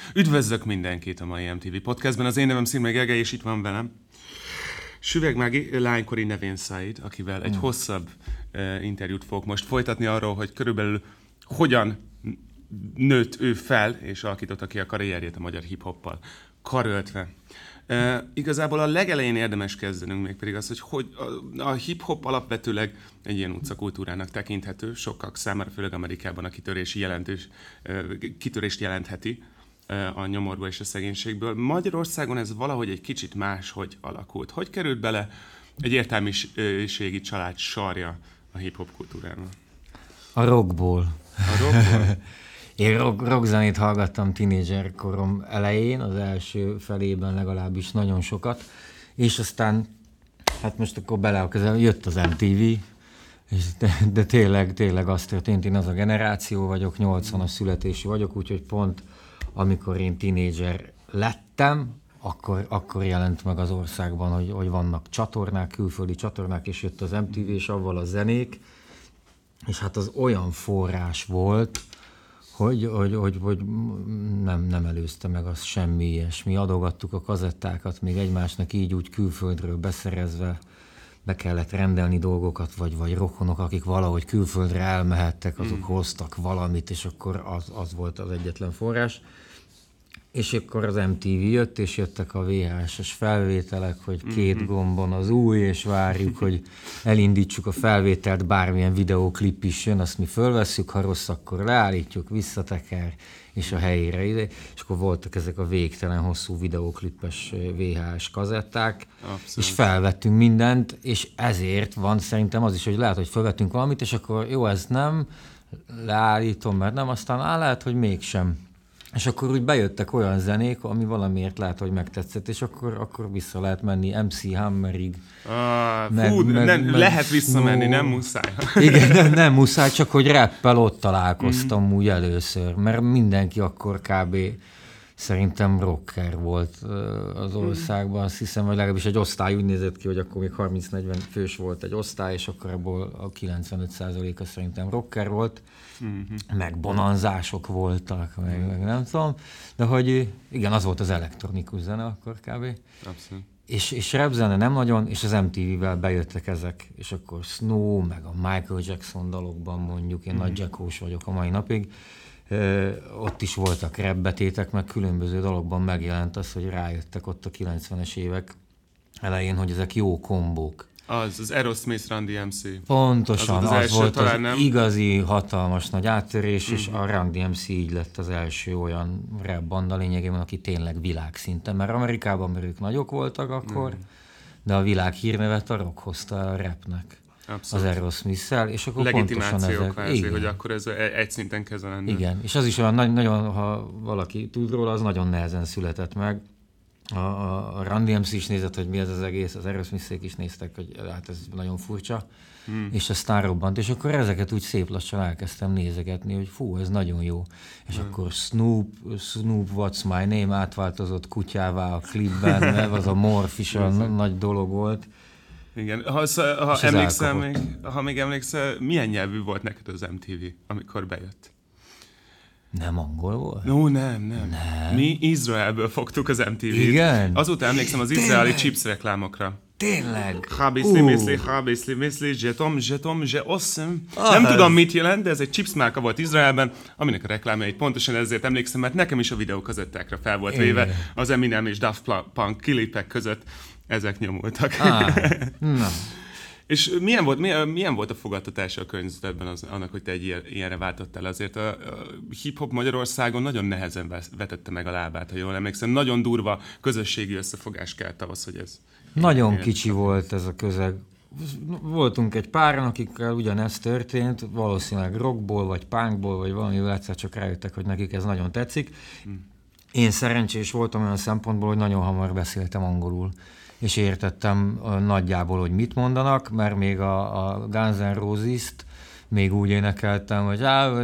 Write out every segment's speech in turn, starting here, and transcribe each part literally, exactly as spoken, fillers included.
Üdvözlök mindenkit a mai em té vé Podcastben. Az én nevem Szirmai Gergely, és itt van velem Süvegd Mági, lánykori nevén Said, akivel egy hosszabb uh, interjút fogok most folytatni arról, hogy körülbelül hogyan nőtt ő fel, és alakította ki a karrierjét a magyar hip-hoppal karöltve. Uh, igazából a legelején érdemes kezdenünk, mégpedig az, hogy, hogy a, a hip-hop alapvetőleg egy ilyen utcakultúrának tekinthető, sokak számára, főleg Amerikában a kitörési jelentős, uh, kitörést jelentheti uh, a nyomorba és a szegénységből. Magyarországon ez valahogy egy kicsit máshogy alakult. Hogy került bele egy értelmiségi család sarja a hip-hop kultúrába? A rockból. A rockból? Én rock, rockzenét hallgattam tínédzser korom elején, az első felében legalábbis nagyon sokat, és aztán, hát most akkor bele a közel, jött az em té vé, és de, de tényleg, tényleg az történt, én az a generáció vagyok, nyolcvanas születésű vagyok, úgyhogy pont amikor én tínédzser lettem, akkor, akkor jelent meg az országban, hogy, hogy vannak csatornák, külföldi csatornák, és jött az em té vé, és avval a zenék, és hát az olyan forrás volt, Hogy, hogy, hogy, hogy nem, nem előzte meg az semmi ilyesmi. Adogattuk a kazettákat még egymásnak így úgy külföldről beszerezve, be kellett rendelni dolgokat, vagy, vagy rokonok, akik valahogy külföldre elmehettek, azok mm. hoztak valamit, és akkor az, az volt az egyetlen forrás. És akkor az em té vé jött, és jöttek a vé há es-es felvételek, hogy két mm-hmm. gombon az új, és várjuk, hogy elindítsuk a felvételt, bármilyen videóklip is jön, azt mi fölvesszük, ha rossz, akkor leállítjuk, visszateker, és a helyére ide. És akkor voltak ezek a végtelen hosszú videóklipes vé há es kazetták, abszolút. És felvettünk mindent, és ezért van szerintem az is, hogy lehet, hogy felvettünk valamit, és akkor jó, ez nem, leállítom, mert nem, aztán á, lehet, hogy mégsem. És akkor úgy bejöttek olyan zenék, ami valamiért lehet, hogy megtetszett, és akkor, akkor vissza lehet menni em cé Hammerig. Ah, meg, fú, meg, nem, meg, lehet visszamenni, no, nem muszáj. Igen, nem, nem muszáj, csak hogy rappel ott találkoztam mm. úgy először, mert mindenki akkor kb. Szerintem rocker volt az országban. Azt hiszem, hogy legalábbis egy osztály úgy nézett ki, hogy akkor még harminc-negyven fős volt egy osztály, és akkor ebből a kilencvenöt százaléka szerintem rocker volt. Mm-hmm. Meg bonanzások voltak, meg, meg nem tudom. De hogy igen, az volt az elektronikus zene akkor kb. Abszolút. És, és rap zene nem nagyon, és az em té vé-vel bejöttek ezek, és akkor Snow, meg a Michael Jackson dalokban mondjuk, én mm-hmm. nagy jackós vagyok a mai napig. Ö, ott is voltak rap-betétek, meg különböző dologban megjelent az, hogy rájöttek ott a kilencvenes évek elején, hogy ezek jó kombók. Az, az Aerosmith Run dé em cé. Pontosan, az, az, az volt talán, az igazi, hatalmas nagy áttörés, mm-hmm. és a Run dé em cé így lett az első olyan rap banda lényegében, aki tényleg világszinten, mert Amerikában mert ők nagyok voltak akkor, mm. de a világ hírnevet a rock hozta a rapnek. Abszolút. Az Aerosmith-szel, és akkor pontosan ezek... Kvázi, hogy akkor ez egy szinten kezdve lenne. Igen, és az is olyan, nagyon, ha valaki tud róla, az nagyon nehezen született meg. A, a, a Run dé em cé is nézett, hogy mi ez az egész, az Aerosmith-ék is néztek, hogy hát ez nagyon furcsa, hmm. és aztán robbant, és akkor ezeket úgy szép lassan elkezdtem nézegetni, hogy fú, ez nagyon jó. És hmm. akkor Snoop, Snoop What's My Name átváltozott kutyává a klipben, mert az a morf is a nagy dolog volt. Igen, ha, ha emlékszel még, ha még emlékszel, milyen nyelvű volt neked az em té vé, amikor bejött? Nem angol volt? No, nem, nem, nem. Mi Izraelből fogtuk az em té vét. Igen? Azóta emlékszem az izraeli chips reklámokra. Tényleg? Habisli, misli, habisli, misli, jetom, jetom, je oszem. Nem tudom, mit jelent, de ez egy chips márka volt Izraelben, aminek a reklámjait pontosan ezért emlékszem, mert nekem is a videókazettákra fel volt véve az Eminem és Daft Punk klipek között. Ezek nyomultak. Ah, na. És milyen volt, milyen, milyen volt a fogadtatása a környezetben az, annak, hogy te egy ilyen, ilyenre váltottál? Azért a, a hip-hop Magyarországon nagyon nehezen vetette meg a lábát, ha jól emlékszem. Nagyon durva közösségi összefogás kellett ahhoz, hogy ez... Nagyon kicsi volt ez a közeg. Voltunk egy páran, akikkel ugyanezt történt, valószínűleg rockból, vagy punkból, vagy valamivel egyszer csak rájöttek, hogy nekik ez nagyon tetszik. Hmm. Én szerencsés voltam olyan szempontból, hogy nagyon hamar beszéltem angolul. És értettem nagyjából, hogy mit mondanak, mert még a, a Guns N' Roses-t még úgy énekeltem, hogy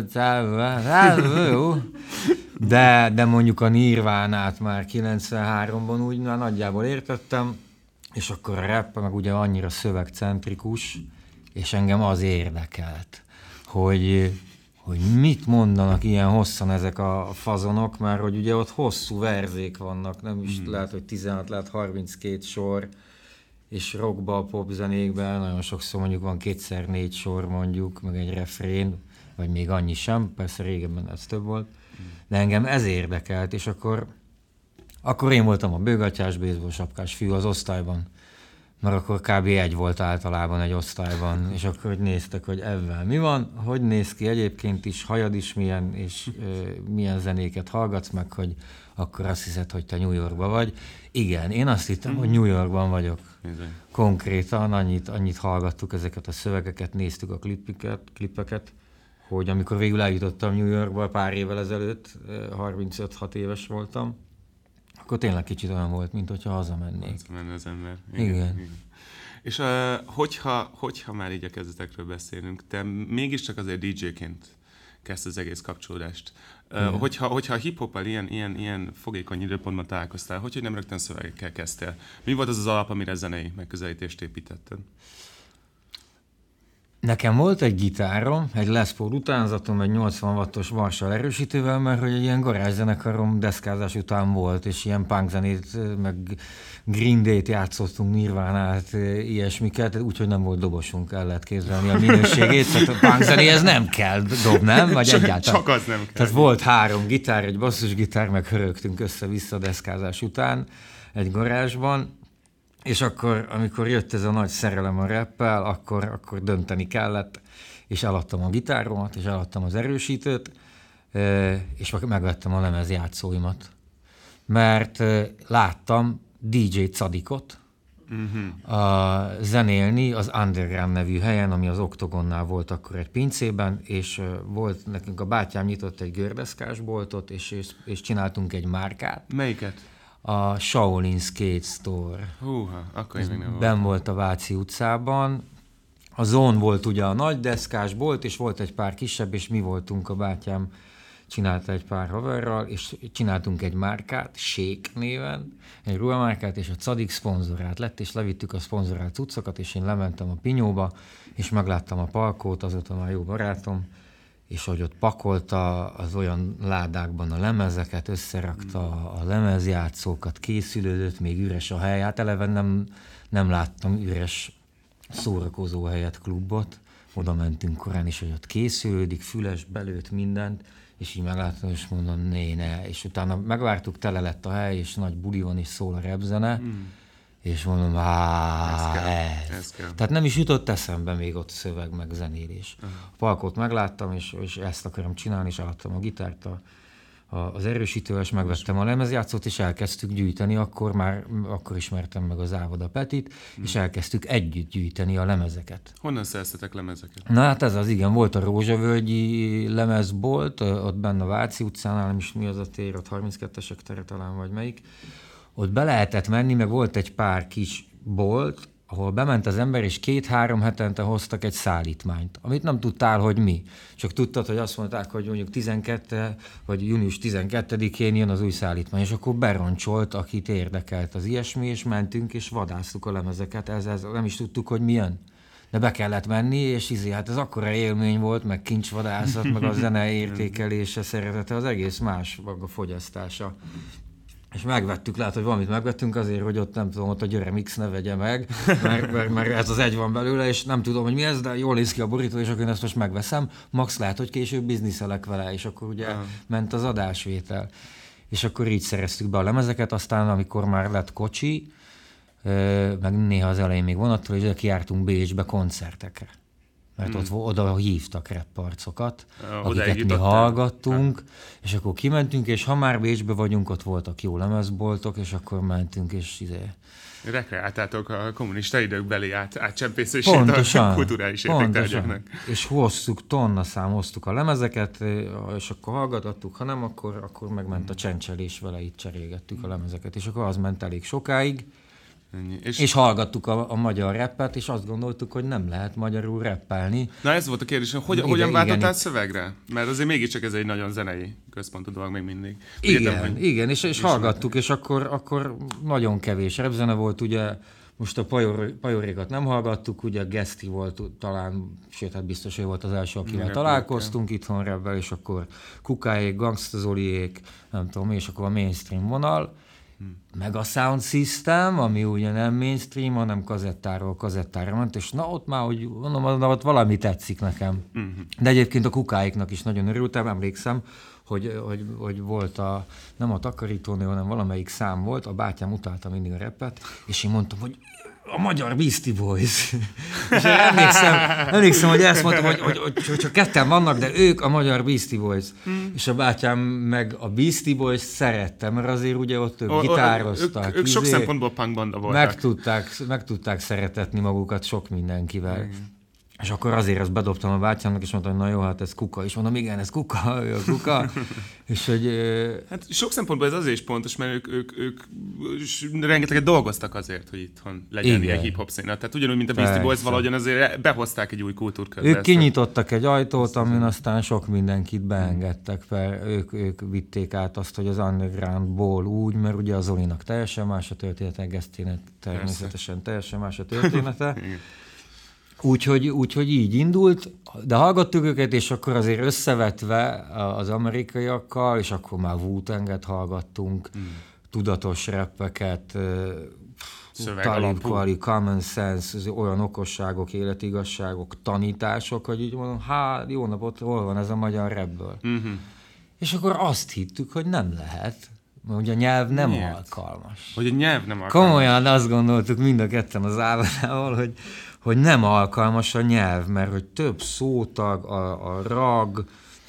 de, de mondjuk a Nirvánát már kilencvenháromban úgy már nagyjából értettem, és akkor a rap meg ugye annyira szövegcentrikus, és engem az érdekelt, hogy, hogy mit mondanak ilyen hosszan ezek a fazonok, mert hogy ugye ott hosszú verzék vannak, nem is hmm. lehet, hogy tizenhat, lehet harminckét sor, és rockba, popzenékben nagyon sokszor mondjuk van kétszer négy sor mondjuk, meg egy refrén, vagy még annyi sem, persze régebben ez több volt, de engem ez érdekelt, és akkor, akkor én voltam a bőgatyás, baseball sapkás fiú az osztályban, mert akkor kb. Egy volt általában egy osztályban, és akkor hogy néztek, hogy ebben mi van, hogy néz ki egyébként is, hajad is milyen, és ö, milyen zenéket hallgatsz meg, hogy akkor azt hiszed, hogy te New Yorkban vagy. Igen, én azt hittem, mm. hogy New Yorkban vagyok. Bizony. Konkrétan annyit, annyit hallgattuk ezeket a szövegeket, néztük a klippeket, klippeket, hogy amikor végül eljutottam New Yorkba pár évvel ezelőtt, harmincöt-hat éves voltam, akkor tényleg kicsit olyan volt, mint hogyha hazamennék. Hazamenne az ember. Igen. Igen. Igen. És uh, hogyha, hogyha már így a kezdetekről beszélünk, te mégiscsak azért dé dzséként kezdte az egész kapcsolódást. Uh, hogyha, hogyha a hip-hoppal ilyen, ilyen, ilyen fogékony időpontban találkoztál, hogy, hogy nem rögtön szövegekkel kezdtél? Mi volt az az alap, amire zenei megközelítést építetted? Nekem volt egy gitárom, egy Les Paul utánzatom, egy nyolcvan wattos Marshall erősítővel, mert hogy egy ilyen garázszenekarom deszkázás után volt, és ilyen punkzenét, meg Green Day-t játszottunk, Nirvánát, ilyesmiket, úgyhogy nem volt dobosunk, el lehet képzelni a minőségét, tehát a punkzenéhez nem kell dob, nem? Vagy egyáltalán. Csak az nem kell. Tehát volt három gitár, egy basszusgitár, meg hörögtünk össze-vissza deszkázás után egy garázsban, és akkor, amikor jött ez a nagy szerelem a rappel, akkor, akkor dönteni kellett, és eladtam a gitáromat, és eladtam az erősítőt, és megvettem a lemezjátszóimat. Mert láttam dé dzsé Cadikot uh-huh. a zenélni az Underground nevű helyen, ami az Oktogonnál volt akkor egy pincében, és volt nekünk a bátyám nyitott egy gördeszkás boltot, és, és csináltunk egy márkát. Melyiket? A Shaolin Skate Store. Húha, akkor én még nem benn volt a Váci utcában. A Zone volt ugye a nagy deszkás bolt, és volt egy pár kisebb, és mi voltunk, a bátyám csinálta egy pár haverral, és csináltunk egy márkát, Shake néven, egy ruhamárkát, és a Cadik szponzorát lett, és levittük a szponzorált cuccokat, és én lementem a Pinyóba, és megláttam a Palkót, azóta már jó barátom, és hogy ott pakolta az olyan ládákban a lemezeket, összerakta a lemezjátszókat, készülődött, még üres a hely. Hát eleve nem, nem láttam üres szórakozó helyet, klubot. Oda mentünk korán is, hogy ott készülődik, füles, belőtt mindent, és így megláttam, és mondom, né, ne. És utána megvártuk, tele lett a hely, és nagy buli van, és szól a repzene, mm. és mondom, á, ez. ez. Tehát nem is jutott eszembe még ott szöveg, meg zenélés. Uh-huh. A Palkót megláttam, és, és ezt akarom csinálni, és eladtam a gitárt a, a, az erősítővel, és megvettem a lemezjátszót, és elkezdtük gyűjteni, akkor már, akkor ismertem meg az Ávoda Petit, uh-huh. és elkezdtük együtt gyűjteni a lemezeket. Honnan szereztetek lemezeket? Na hát ez az, igen, volt a Rózsavölgyi lemezbolt, ott benne a Váci utcánál, nem is mi az a tér, ott harminckettesek tere talán, vagy melyik. Ott be lehetett menni, meg volt egy pár kis bolt, ahol bement az ember, és két-három hetente hoztak egy szállítmányt, amit nem tudtál, hogy mi. Csak tudtad, hogy azt mondták, hogy mondjuk tizenkettő vagy június tizenkettedikén jön az új szállítmány, és akkor beroncsolt, akit érdekelt az ilyesmi, és mentünk, és vadásztuk a lemezeket, ez, ez nem is tudtuk, hogy milyen. De be kellett menni, és izé, hát ez akkora élmény volt, meg kincsvadászat, meg a zene értékelése, szeretete, az egész más a fogyasztása. És megvettük, lehet, hogy valamit megvettünk azért, hogy ott nem tudom, ott a Györe Mix ne vegye meg, mert, mert, mert ez az egy van belőle, és nem tudom, hogy mi ez, de jól néz ki a borító, és akkor én ezt most megveszem. Max lehet, hogy később bizniszelek vele, és akkor ugye uh-huh. ment az adásvétel. És akkor így szereztük be a lemezeket, aztán amikor már lett kocsi, meg néha az elején még vonattal, és kijártunk Bécsbe koncertekre. Mert hmm. ott oda hívtak rapparcokat, uh, akiket mi hallgattunk, hát. És akkor kimentünk, és ha már Bécsbe vagyunk, ott voltak jó lemezboltok, és akkor mentünk, és izé... Rekreáltátok a kommunista időkbeli át, átcsempészését a kulturális értéktárgyaknak. És hoztuk, tonnaszám hoztuk a lemezeket, és akkor hallgatottuk, ha nem, akkor, akkor megment a csencselés vele, itt cserélgettük a lemezeket, és akkor az ment elég sokáig. És, és hallgattuk a, a magyar rappet, és azt gondoltuk, hogy nem lehet magyarul rappelni. Na ez volt a kérdés, hogy igen, hogyan váltottál szövegre? Mert azért mégiscsak ez egy nagyon zenei központú dolog még mindig. Igen, Értem, igen, és, és hallgattuk, és akkor, akkor nagyon kevés rapzene volt, ugye Most a pajor, pajorékat nem hallgattuk, ugye Geszti volt talán, sőt, hát biztos, hogy volt az első, akivel találkoztunk itthon rebbel, és akkor Kukáék, Gangsta Zoliék, nem tudom, és akkor a mainstream vonal, hmm. meg a Sound System, ami ugye nem mainstream, hanem kazettáról kazettára ment, és na ott már, hogy mondom, na, ott valami tetszik nekem. Hmm. De egyébként a Kukáéknak is nagyon örültem, emlékszem, Hogy, hogy, hogy volt a, nem a Takarítónő, hanem valamelyik szám volt, a bátyám utálta mindig a rappet, és én mondtam, hogy a magyar Beastie Boys. És emlékszem, emlékszem, hogy ezt mondtam, hogy, hogy, hogy, hogy csak ketten vannak, de ők a magyar Beastie Boys. Hmm. És a bátyám meg a Beastie Boys szerette, mert azért ugye ott ők o, gitároztak. Ők, ők sok szempontból punkbanda voltak. Meg tudták, meg tudták szeretetni magukat sok mindenkivel. Hmm. És akkor azért azt bedobtam a bátyámnak, és mondtam, hogy na jó, hát ez kuka. És mondom, igen, ez kuka, ő a kuka. és hogy... Hát sok szempontból ez azért is pontos, mert ők, ők, ők rengeteget dolgoztak azért, hogy itthon legyen igen. ilyen hip-hop színe. Tehát ugyanúgy, mint a Beastie Boys, valahogyan azért behozták egy új kultúrkörbe. Ők kinyitottak egy ajtót, amin aztán sok mindenkit beengedtek, mert ők, ők vitték át azt, hogy az undergroundból úgy, mert ugye az Zolinak teljesen más a története, Gesztének természetesen teljesen más a története. Úgyhogy, úgyhogy így indult, de hallgattuk őket, és akkor azért összevetve az amerikaiakkal, és akkor már Wu-Tanget hallgattunk, mm. tudatos rappeket, Talib Kweli, Common Sense, olyan okosságok, életigazságok, tanítások, hogy így mondom, hát jó napot, hol van ez a magyar rapből? Mm-hmm. És akkor azt hittük, hogy nem lehet, mert ugye a nyelv nem Miért? alkalmas. Hogy a nyelv nem alkalmas. Komolyan azt gondoltuk mind a ketten az Ávánával, hogy hogy nem alkalmas a nyelv, mert hogy több szótag, a, a rag...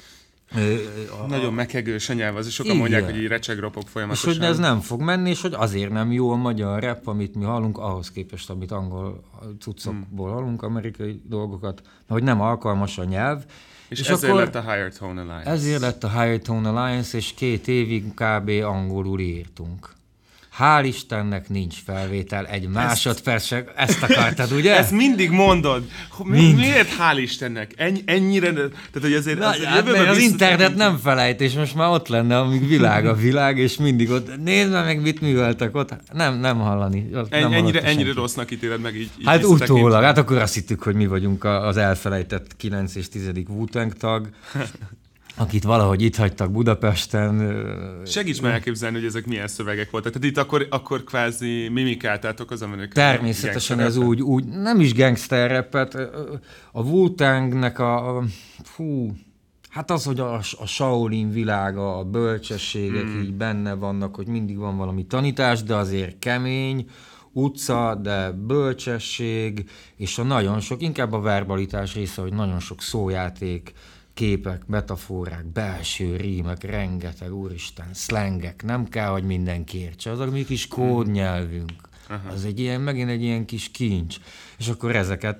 A, Nagyon mekegős a nyelv, az is sokan igen. mondják, hogy így recsegropok folyamatosan. És hogy ez nem fog menni, és hogy azért nem jó a magyar rap, amit mi hallunk, ahhoz képest, amit angol cuccokból hmm. hallunk, amerikai dolgokat, mert hogy nem alkalmas a nyelv. És, és ezért lett a Higher Tone Alliance. Ezért lett a Higher Tone Alliance, és két évig kb. Angolul írtunk. Hál' Istennek nincs felvétel, egy másodperc sem, ezt akartad, ugye? Ezt mindig mondod. Mi, miért hál' Istennek? Ennyi, ennyire... Tehát, hogy azért, Na, azért hát, mert az internet nem felejt, és most már ott lenne, amíg világ a világ, és mindig ott, nézd meg, mit műveltek ott. Nem, nem hallani. En, nem ennyire, ennyire rossznak ítéled meg így. így hát utólag, hát akkor azt hittük, hogy mi vagyunk az elfelejtett kilenc és tizedik Wu-Tang tag, akit valahogy itt hagytak Budapesten. Segíts már elképzelni, hogy ezek milyen szövegek voltak. Tehát itt akkor, akkor kvázi mimikáltátok az amerikai. Természetesen ez úgy, úgy, nem is gangster rappet. A Wu-Tangnek a, a fú, hát az, hogy a, a Shaolin világa, a bölcsességek hmm. így benne vannak, hogy mindig van valami tanítás, de azért kemény, utca, de bölcsesség, és a nagyon sok, inkább a verbalitás része, hogy nagyon sok szójáték, képek, metaforák, belső rímek, rengeteg, úristen, szlengek, nem kell, hogy mindenki értse, az a mi kis kódnyelvünk. Aha. Az egy ilyen, megint egy ilyen kis kincs. És akkor ezeket,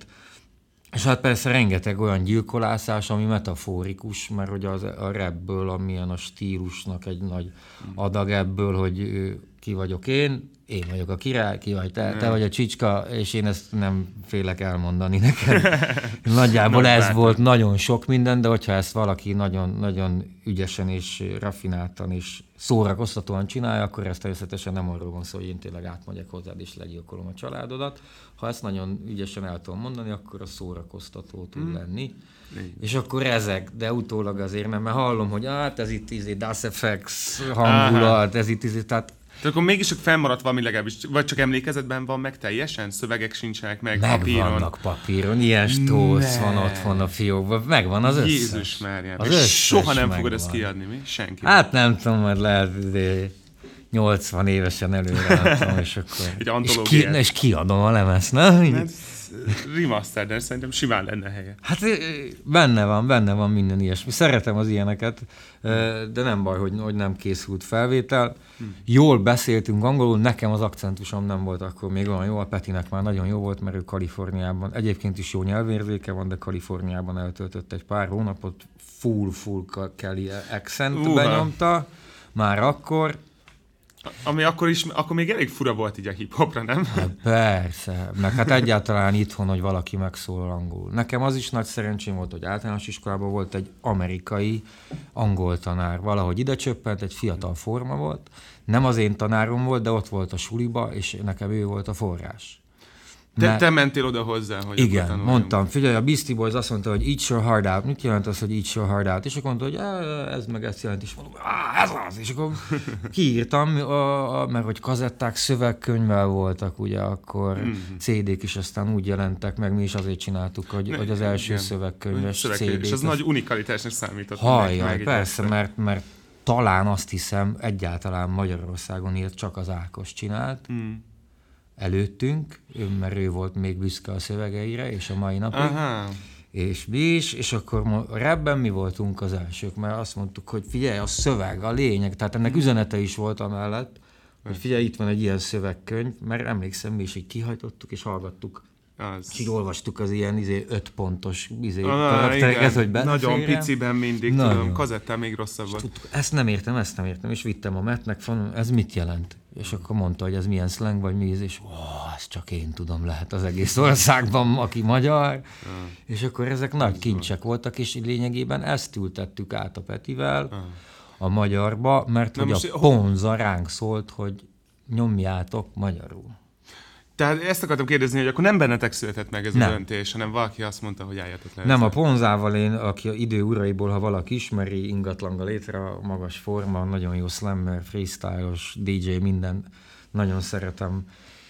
és hát persze rengeteg olyan gyilkolászás, ami metaforikus, mert hogy az, a rapből, amilyen a stílusnak egy nagy adag ebből, hogy ki vagyok én, én vagyok a király, ki vagy te, te vagy a csicska, és én ezt nem félek elmondani neked. Nagyjából ez látom. Volt nagyon sok minden, de hogyha ezt valaki nagyon, nagyon ügyesen és raffináltan és szórakoztatóan csinálja, akkor ezt természetesen nem arról van szó, hogy én tényleg átmegyek hozzád és legyilkolom a családodat. Ha ezt nagyon ügyesen el tudom mondani, akkor a szórakoztató tud hmm. lenni. Így. És akkor ezek, de utólag azért nem, mert hallom, hogy hát ez itt izé, Das ef iksz hangulat, ez itt izé, tehát Tehát akkor mégis csak fennmaradt valami legalábbis, vagy csak emlékezetben van meg teljesen? Szövegek sincsenek meg, meg papíron? Megvannak papíron, ilyen stósz van otthon a fiókban, megvan az összes. Jézus Máriám, és soha nem fogod ezt kiadni, mi? Senki. Hát nem tudom, mert lehet, de nyolcvan évesen előre, tudom, és akkor... és, ki, és kiadom a lemezt, nem? Remaster, de szerintem simán lenne helye. Hát benne van, benne van minden ilyesmi. Szeretem az ilyeneket, de nem baj, hogy, hogy nem készült felvétel. Hmm. Jól beszéltünk angolul, nekem az akcentusom nem volt akkor még olyan jó, a Petinek már nagyon jó volt, mert ő Kaliforniában, egyébként is jó nyelvérzéke van, de Kaliforniában eltöltött egy pár hónapot, full-full Kelly accent uh-huh. benyomta, már akkor. Ami akkor is, akkor még elég fura volt így a hip-hopra, nem? Hát persze, meg hát egyáltalán itthon, hogy valaki megszólal angolul. Nekem az is nagy szerencsém volt, hogy általános iskolában volt egy amerikai angol tanár, valahogy ide csöppent, egy fiatal forma volt. Nem az én tanárom volt, de ott volt a suliba, és nekem ő volt a forrás. Te, te mentél oda hozzá, hogy igen, mondtam, figyelj, a Beastie Boys azt mondta, hogy eat your heart out. Mit jelent az, hogy eat your heart out? És akkor mondta, hogy ez meg ezt jelent, és mondom, ez az. És akkor kiírtam, a, a, mert hogy kazetták szövegkönyvvel voltak, ugye akkor mm-hmm. cé dék is aztán úgy jelentek meg, mi is azért csináltuk, hogy, hogy az első igen. szövegkönyves Szövegkönyv. cé dé. És az, az nagy unikalitásnak számított. Hajjaj, persze, mert, mert talán azt hiszem, egyáltalán Magyarországon ilyet csak az Ákos csinált. Mm. Előttünk, ő, mert ő volt még büszke a szövegeire, és a mai napig. Aha. És mi is, és akkor a rapben mi voltunk az elsők, mert azt mondtuk, hogy figyelj, a szöveg, a lényeg, tehát ennek üzenete is volt amellett, hogy figyelj, itt van egy ilyen szövegkönyv, mert emlékszem, mi is így kihajtottuk, és hallgattuk. Az. És így olvastuk az ilyen izé, öt pontos izé, karaktereket, hogy nagyon piciben mindig, nagyon. Tudom, kazettán még rosszabb volt. Tudtuk, ezt nem értem, ezt nem értem, és vittem a Mattnek, ez mit jelent? És akkor mondta, hogy ez milyen slang, vagy mi, és ó, ezt csak én tudom, lehet az egész országban, aki magyar. Ja. És akkor ezek nagy ez kincsek van. Voltak, és lényegében ezt ültettük át a Petivel ja. a magyarba, mert na hogy a ho- Ponza ránk szólt, hogy nyomjátok magyarul. Tehát ezt akartam kérdezni, hogy akkor nem bennetek született meg ez nem. a döntés, hanem valaki azt mondta, hogy álljatok le. Nem, ezzel. A Ponzával én, aki a idő uraiból, ha valaki ismeri, ingatlanga létre, magas forma, nagyon jó slammer, freestyle-os, dé dzsé, minden, nagyon szeretem.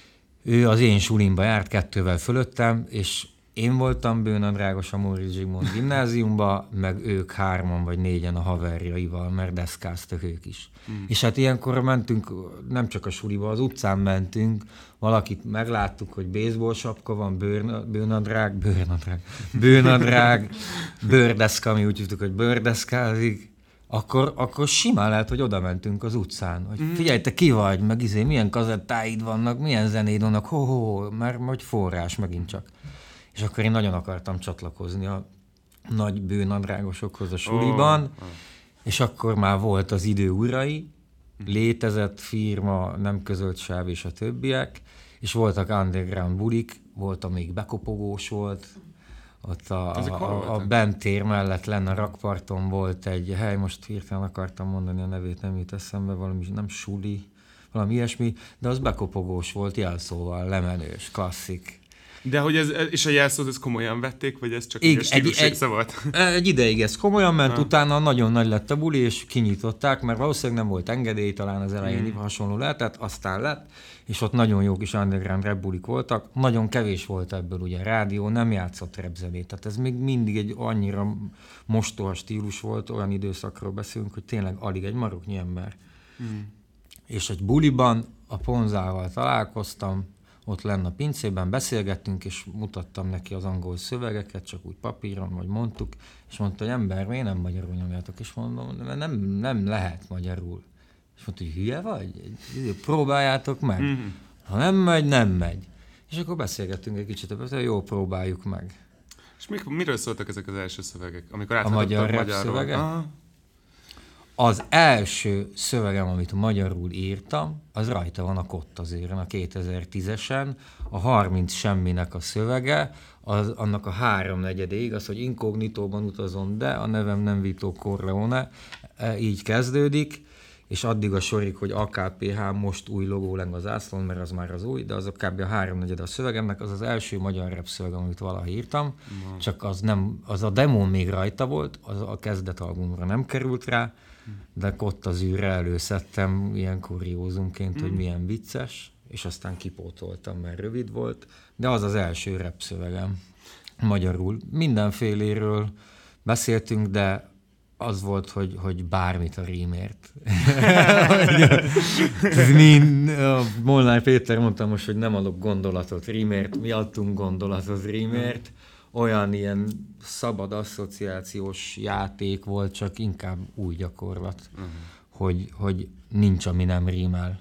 Ő az én sulimba járt, kettővel fölöttem, és én voltam bőnadrágos a Móricz Zsigmond gimnáziumba, meg ők hárman vagy négyen a haverjaival, mert deszkáztak ők is. Mm. És hát ilyenkor mentünk, nem csak a suliba, az utcán mentünk, valakit megláttuk, hogy baseball sapka van, bőnadrág, bőrnadrág, bőnadrág, bőrdeszka, mi úgy hívtuk, hogy bőrdeszkázik, akkor, akkor simán lehet, hogy oda mentünk az utcán, hogy mm. figyelj, te ki vagy, meg izé, milyen kazettáid vannak, milyen zenéd vannak, ho-ho-ho, mert hogy forrás megint csak. És akkor én nagyon akartam csatlakozni a nagy bőnadrágosokhoz a suliban, oh, oh. és akkor már volt az idő urai, létezett firma, nem közölt sáv és a többiek, és voltak underground bulik, volt, amíg bekopogós volt, ott a, a, a, a bentér mellett lenne a rakparton volt egy hely, most hirtelen akartam mondani a nevét, nem jut eszembe, valami nem suli, valami ilyesmi, de az bekopogós volt, jelszóval, lemenős, klasszik. De hogy ez, és a jelszót ezt komolyan vették, vagy ez csak egy stílusrésze volt? Egy ideig ez komolyan ment, ha. Utána nagyon nagy lett a buli, és kinyitották, mert valószínűleg nem volt engedély, talán az elején hmm. hasonló lehetett, aztán lett, és ott nagyon jó kis underground rap bulik voltak, nagyon kevés volt ebből, ugye rádió nem játszott rap zenét, tehát ez még mindig egy annyira mostoha stílus volt, olyan időszakról beszélünk, hogy tényleg alig egy maroknyi ember. Hmm. És egy buliban a Ponzával találkoztam, ott lenne a pincében, beszélgettünk, és mutattam neki az angol szövegeket, csak úgy papíron, vagy mondtuk, és mondta, hogy ember, miért nem magyarul nyomjátok? És mondom, nem, nem lehet magyarul. És mondta, hogy hülye vagy? Próbáljátok meg. Mm-hmm. Ha nem megy, nem megy. És akkor beszélgettünk egy kicsit, hogy jó, próbáljuk meg. És mik, miről szóltak ezek az első szövegek? Amikor a magyar rap szövegek? Az első szövegem, amit magyarul írtam, az rajta van a Kottazéren, a kétezer-tízesen, a harminc semminek a szövege, az, annak a háromnegyedéig, az, hogy inkognitóban utazom, de a nevem nem Vito Corleone, így kezdődik, és addig a sorig, hogy á ká pé há most új logó leng az ászlón, mert az már az új, de az a kb. A háromnegyed a szövegemnek, az az első magyar rap szövegem, amit valaha írtam, no. Csak az nem, az a demo még rajta volt, az a kezdetalbumra nem került rá, de ott az űrre előszedtem ilyen kuriózumként, mm. hogy milyen vicces, és aztán kipótoltam, mert rövid volt, de az az első rap szövegem magyarul. Mindenféléről beszéltünk, de az volt, hogy, hogy bármit a rímért. Molnár Péter mondta most, hogy nem adok gondolatot rímért, mi adtunk gondolatot rímért. Olyan ilyen szabad asszociációs játék volt, csak inkább új gyakorlat, uh-huh. hogy, hogy nincs, ami nem rímel.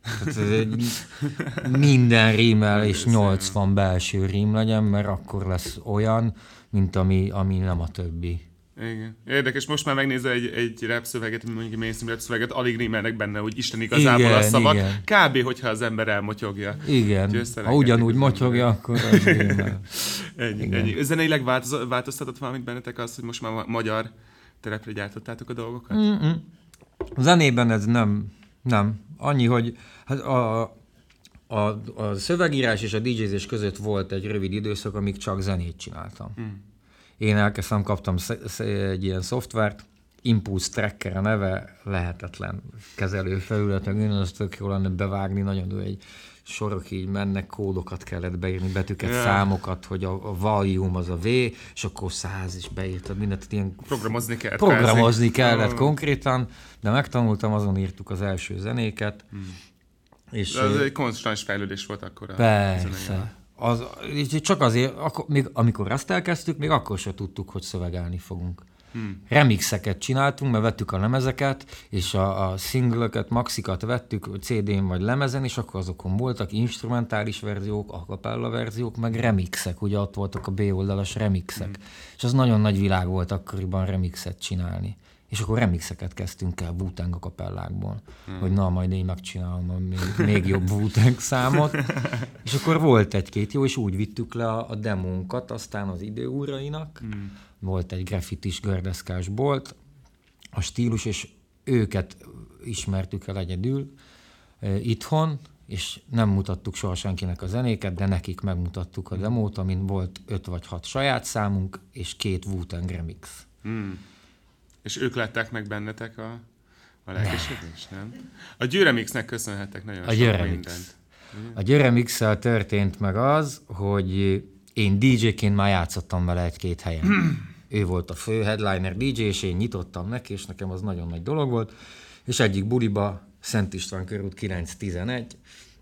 Minden rímel, és nyolcvan belső rím legyen, mert akkor lesz olyan, mint ami, ami nem a többi. Igen. Érdekes, most már megnézel egy, egy rap szöveget, mondjuk egy mainstream rap szöveget, alig rímelnek benne, hogy Isten igazából igen, a szavak. Igen. Kb. Hogyha az ember elmotyogja. Igen, ha ugyanúgy motyogja, akkor az rímel. Ennyi, ennyi. Zeneileg változ, változtatott valamit bennetek az, hogy most már magyar terepre gyártottátok a dolgokat? Mm-mm. A zenében ez nem, nem. Annyi, hogy hát a, a, a szövegírás és a dé jézés között volt egy rövid időszak, amíg csak zenét csináltam. Hmm. Én elkezdtem, kaptam sz- sz- egy ilyen szoftvert, Impulse Tracker a neve, lehetetlen kezelőfelületen, én azt tök jól lenne bevágni, nagyon egy sorok így mennek, kódokat kellett beírni, betűket, yeah. számokat, hogy a, a volume az a V, és akkor száz is beírtad mindent. Ilyen programozni kellett. Programozni persze. kellett oh. konkrétan, de megtanultam, azon írtuk az első zenéket. Hmm. És ez egy konstans fejlődés volt akkor a persze. Az, csak azért, akkor, még, amikor azt elkezdtük, még akkor sem tudtuk, hogy szövegelni fogunk. Hmm. Remixeket csináltunk, mert vettük a lemezeket, és a, a singlöket, maxikat vettük cé dén vagy lemezen, és akkor azokon voltak instrumentális verziók, a cappella verziók, meg remixek, ugye ott voltak a B-oldalas remixek. Hmm. És az nagyon nagy világ volt akkoriban remixet csinálni. És akkor remixeket kezdtünk el Wu-Tang a kapellákból, hmm. hogy na, majd én megcsinálom a még, még jobb Wu-Tang számot. És akkor volt egy-két jó, és úgy vittük le a, a demónkat aztán az időúrainak. Hmm. Volt egy graffitis gördeszkás bolt, a stílus, és őket ismertük el egyedül e, itthon, és nem mutattuk soha senkinek a zenéket, de nekik megmutattuk a demót, amin volt öt vagy hat saját számunk, és két Wu-Tang remix. Hmm. És ők lettek meg bennetek a, a lelkesedést, nem? A Győremixnek köszönhettek nagyon a sok mindent. A Győremix-szel történt meg az, hogy én dé jéként már játszottam vele egy-két helyen. Ő volt a fő headliner dé jé, és én nyitottam neki, és nekem az nagyon nagy dolog volt. És egyik buliba, Szent István körút kilenc tizenegy,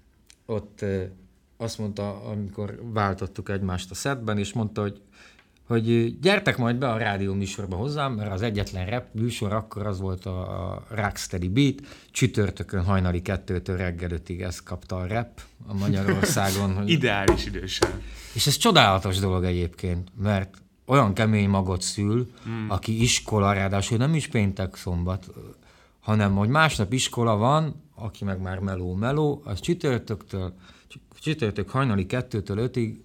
ott azt mondta, amikor váltottuk egymást a setben, és mondta, hogy hogy gyertek majd be a rádió műsorba hozzám, mert az egyetlen rap műsor akkor az volt a, a Rocksteady Beat, csütörtökön hajnali kettőtől reggel ötig ezt kapta a rap a Magyarországon. Hogy... Ideális idősen. És ez csodálatos dolog egyébként, mert olyan kemény magot szül, mm. aki iskola, ráadásul nem is péntek szombat, hanem hogy másnap iskola van, aki meg már meló-meló, az csütörtöktől, csütörtök hajnali kettőtől ötig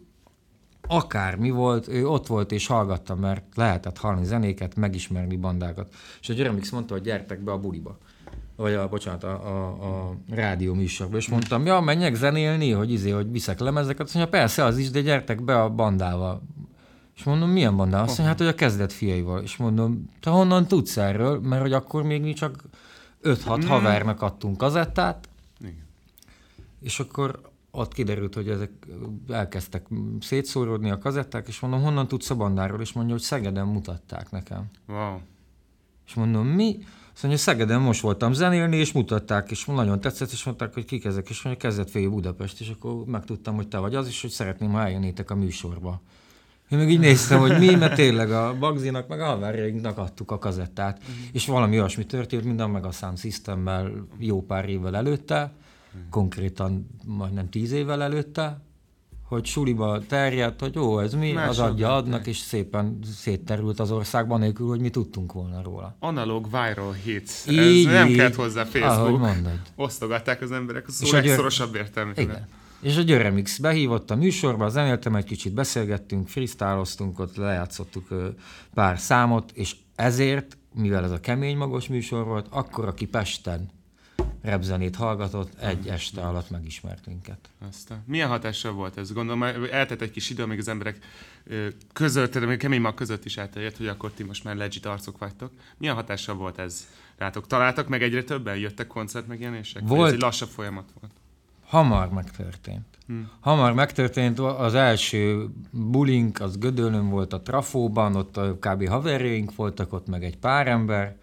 akármi volt, ő ott volt és hallgatta, mert lehetett hallani zenéket, megismerni bandákat. És a Győremix mondta, hogy gyertek be a buliba. Vagy a, bocsánat, a, a, a rádió műsorba. És mondtam, ja, menjek zenélni, hogy izé, hogy viszek lemezeket. Azt mondja, persze, az is, de gyertek be a bandával. És mondom, milyen bandával? Azt mondja, hát, hogy a kezdet fiaival. És mondom, te honnan tudsz erről? Mert hogy akkor még mi csak öt-hat havernak adtunk kazettát. Igen. És akkor ott kiderült, hogy ezek elkezdtek szétszóródni a kazetták, és mondom, honnan tudsz a bandáról? És mondja, hogy Szegeden mutatták nekem. Wow. És mondom, mi? Azt mondja, Szegeden most voltam zenélni, és mutatták, és nagyon tetszett, és mondták, hogy kik ezek, és mondja, kezdett fél Budapest, és akkor megtudtam, hogy te vagy az, és hogy szeretném, ha eljönnétek a műsorba. Én meg így néztem, hogy mi, mert tényleg a Bagzinak, meg a haverjainknak adtuk a kazettát, mm. és valami olyasmi történt, minden meg a Sound Systemmel jó pár évvel előtte, konkrétan majdnem tíz évvel előtte, hogy suliba terjedt, hogy jó, ez mi, más az adja, adnak, és szépen szétterült az országban, nélkül, hogy mi tudtunk volna róla. Analóg viral hits. Így, ez nem kellett hozzá Facebook. mondod. Osztogatták az emberek a szó legszorosabb értelmében. És a Győremix behívott a műsorba, zenéltem, egy kicsit beszélgettünk, freestyloztunk, ott lejátszottuk pár számot, és ezért, mivel ez a kemény magos műsor volt, akkor aki Pesten repzenét hallgatott, egy este alatt megismert minket. Aztán. Milyen hatással volt ez? Gondolom, eltett egy kis idő, amíg az emberek között, tehát a kemény mag között is elterjedt, hogy akkor ti most már legit arcok vagytok. Milyen hatással volt ez rátok? Találtak meg egyre többen? Jöttek koncert megjelenések? Volt. Ez egy lassabb folyamat volt? Hamar megtörtént. Hmm. Hamar megtörtént, az első bulink, az Gödöllőn volt a Trafóban, ott kb. Haverjaink voltak, ott meg egy pár ember,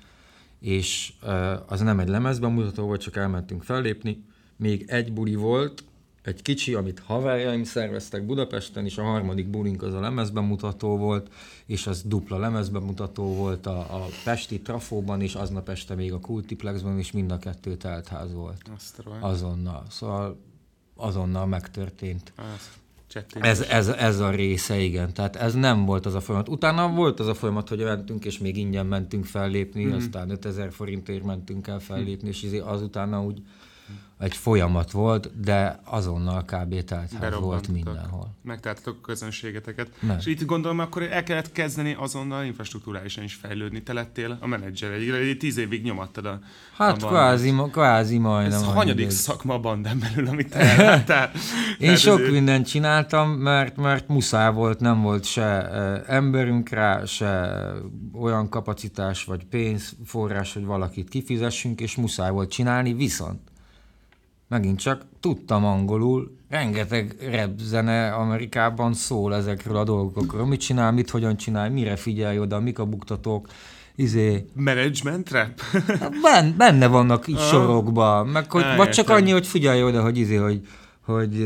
és az nem egy lemezbemutató volt, csak elmentünk fellépni. Még egy buli volt, egy kicsi, amit haverjaim szerveztek Budapesten, és a harmadik bulink az a lemezbemutató volt, és az dupla lemezbemutató volt a, a pesti Trafóban, és aznap este még a Kultiplexben, és mind a kettő teltház volt. Azonnal. Szóval azonnal megtörtént. Ez, ez, ez a része, igen. Tehát ez nem volt az a folyamat. Utána volt az a folyamat, hogy mentünk, és még ingyen mentünk fellépni, mm. aztán ötezer forintért mentünk el fellépni, mm. és azután úgy egy folyamat volt, de azonnal kb. Teltház volt mindenhol. Megtaláltatok a közönségeteket. Meg. És itt gondolom, akkor el kellett kezdeni azonnal infrastruktúrálisan is fejlődni. Te lettél a menedzser. Egy tíz évig nyomattad a Hát a kvázi, kvázi majdnem. Ez a hanyadik egy... szakma a bandán belül, amit te elláttál? Én sok ezért... mindent csináltam, mert, mert muszáj volt, nem volt se emberünk rá, se olyan kapacitás vagy pénzforrás, hogy valakit kifizessünk, és muszáj volt csinálni, viszont megint csak tudtam angolul, rengeteg rap zene Amerikában szól ezekről a dolgokról. Mit csinál, mit hogyan csinál, mire figyelj oda, mik a buktatók. Izé... Management rap? Ben, benne vannak így sorokban, meg hogy, vagy csak annyi, hogy figyelj oda, hogy izé, hogy, hogy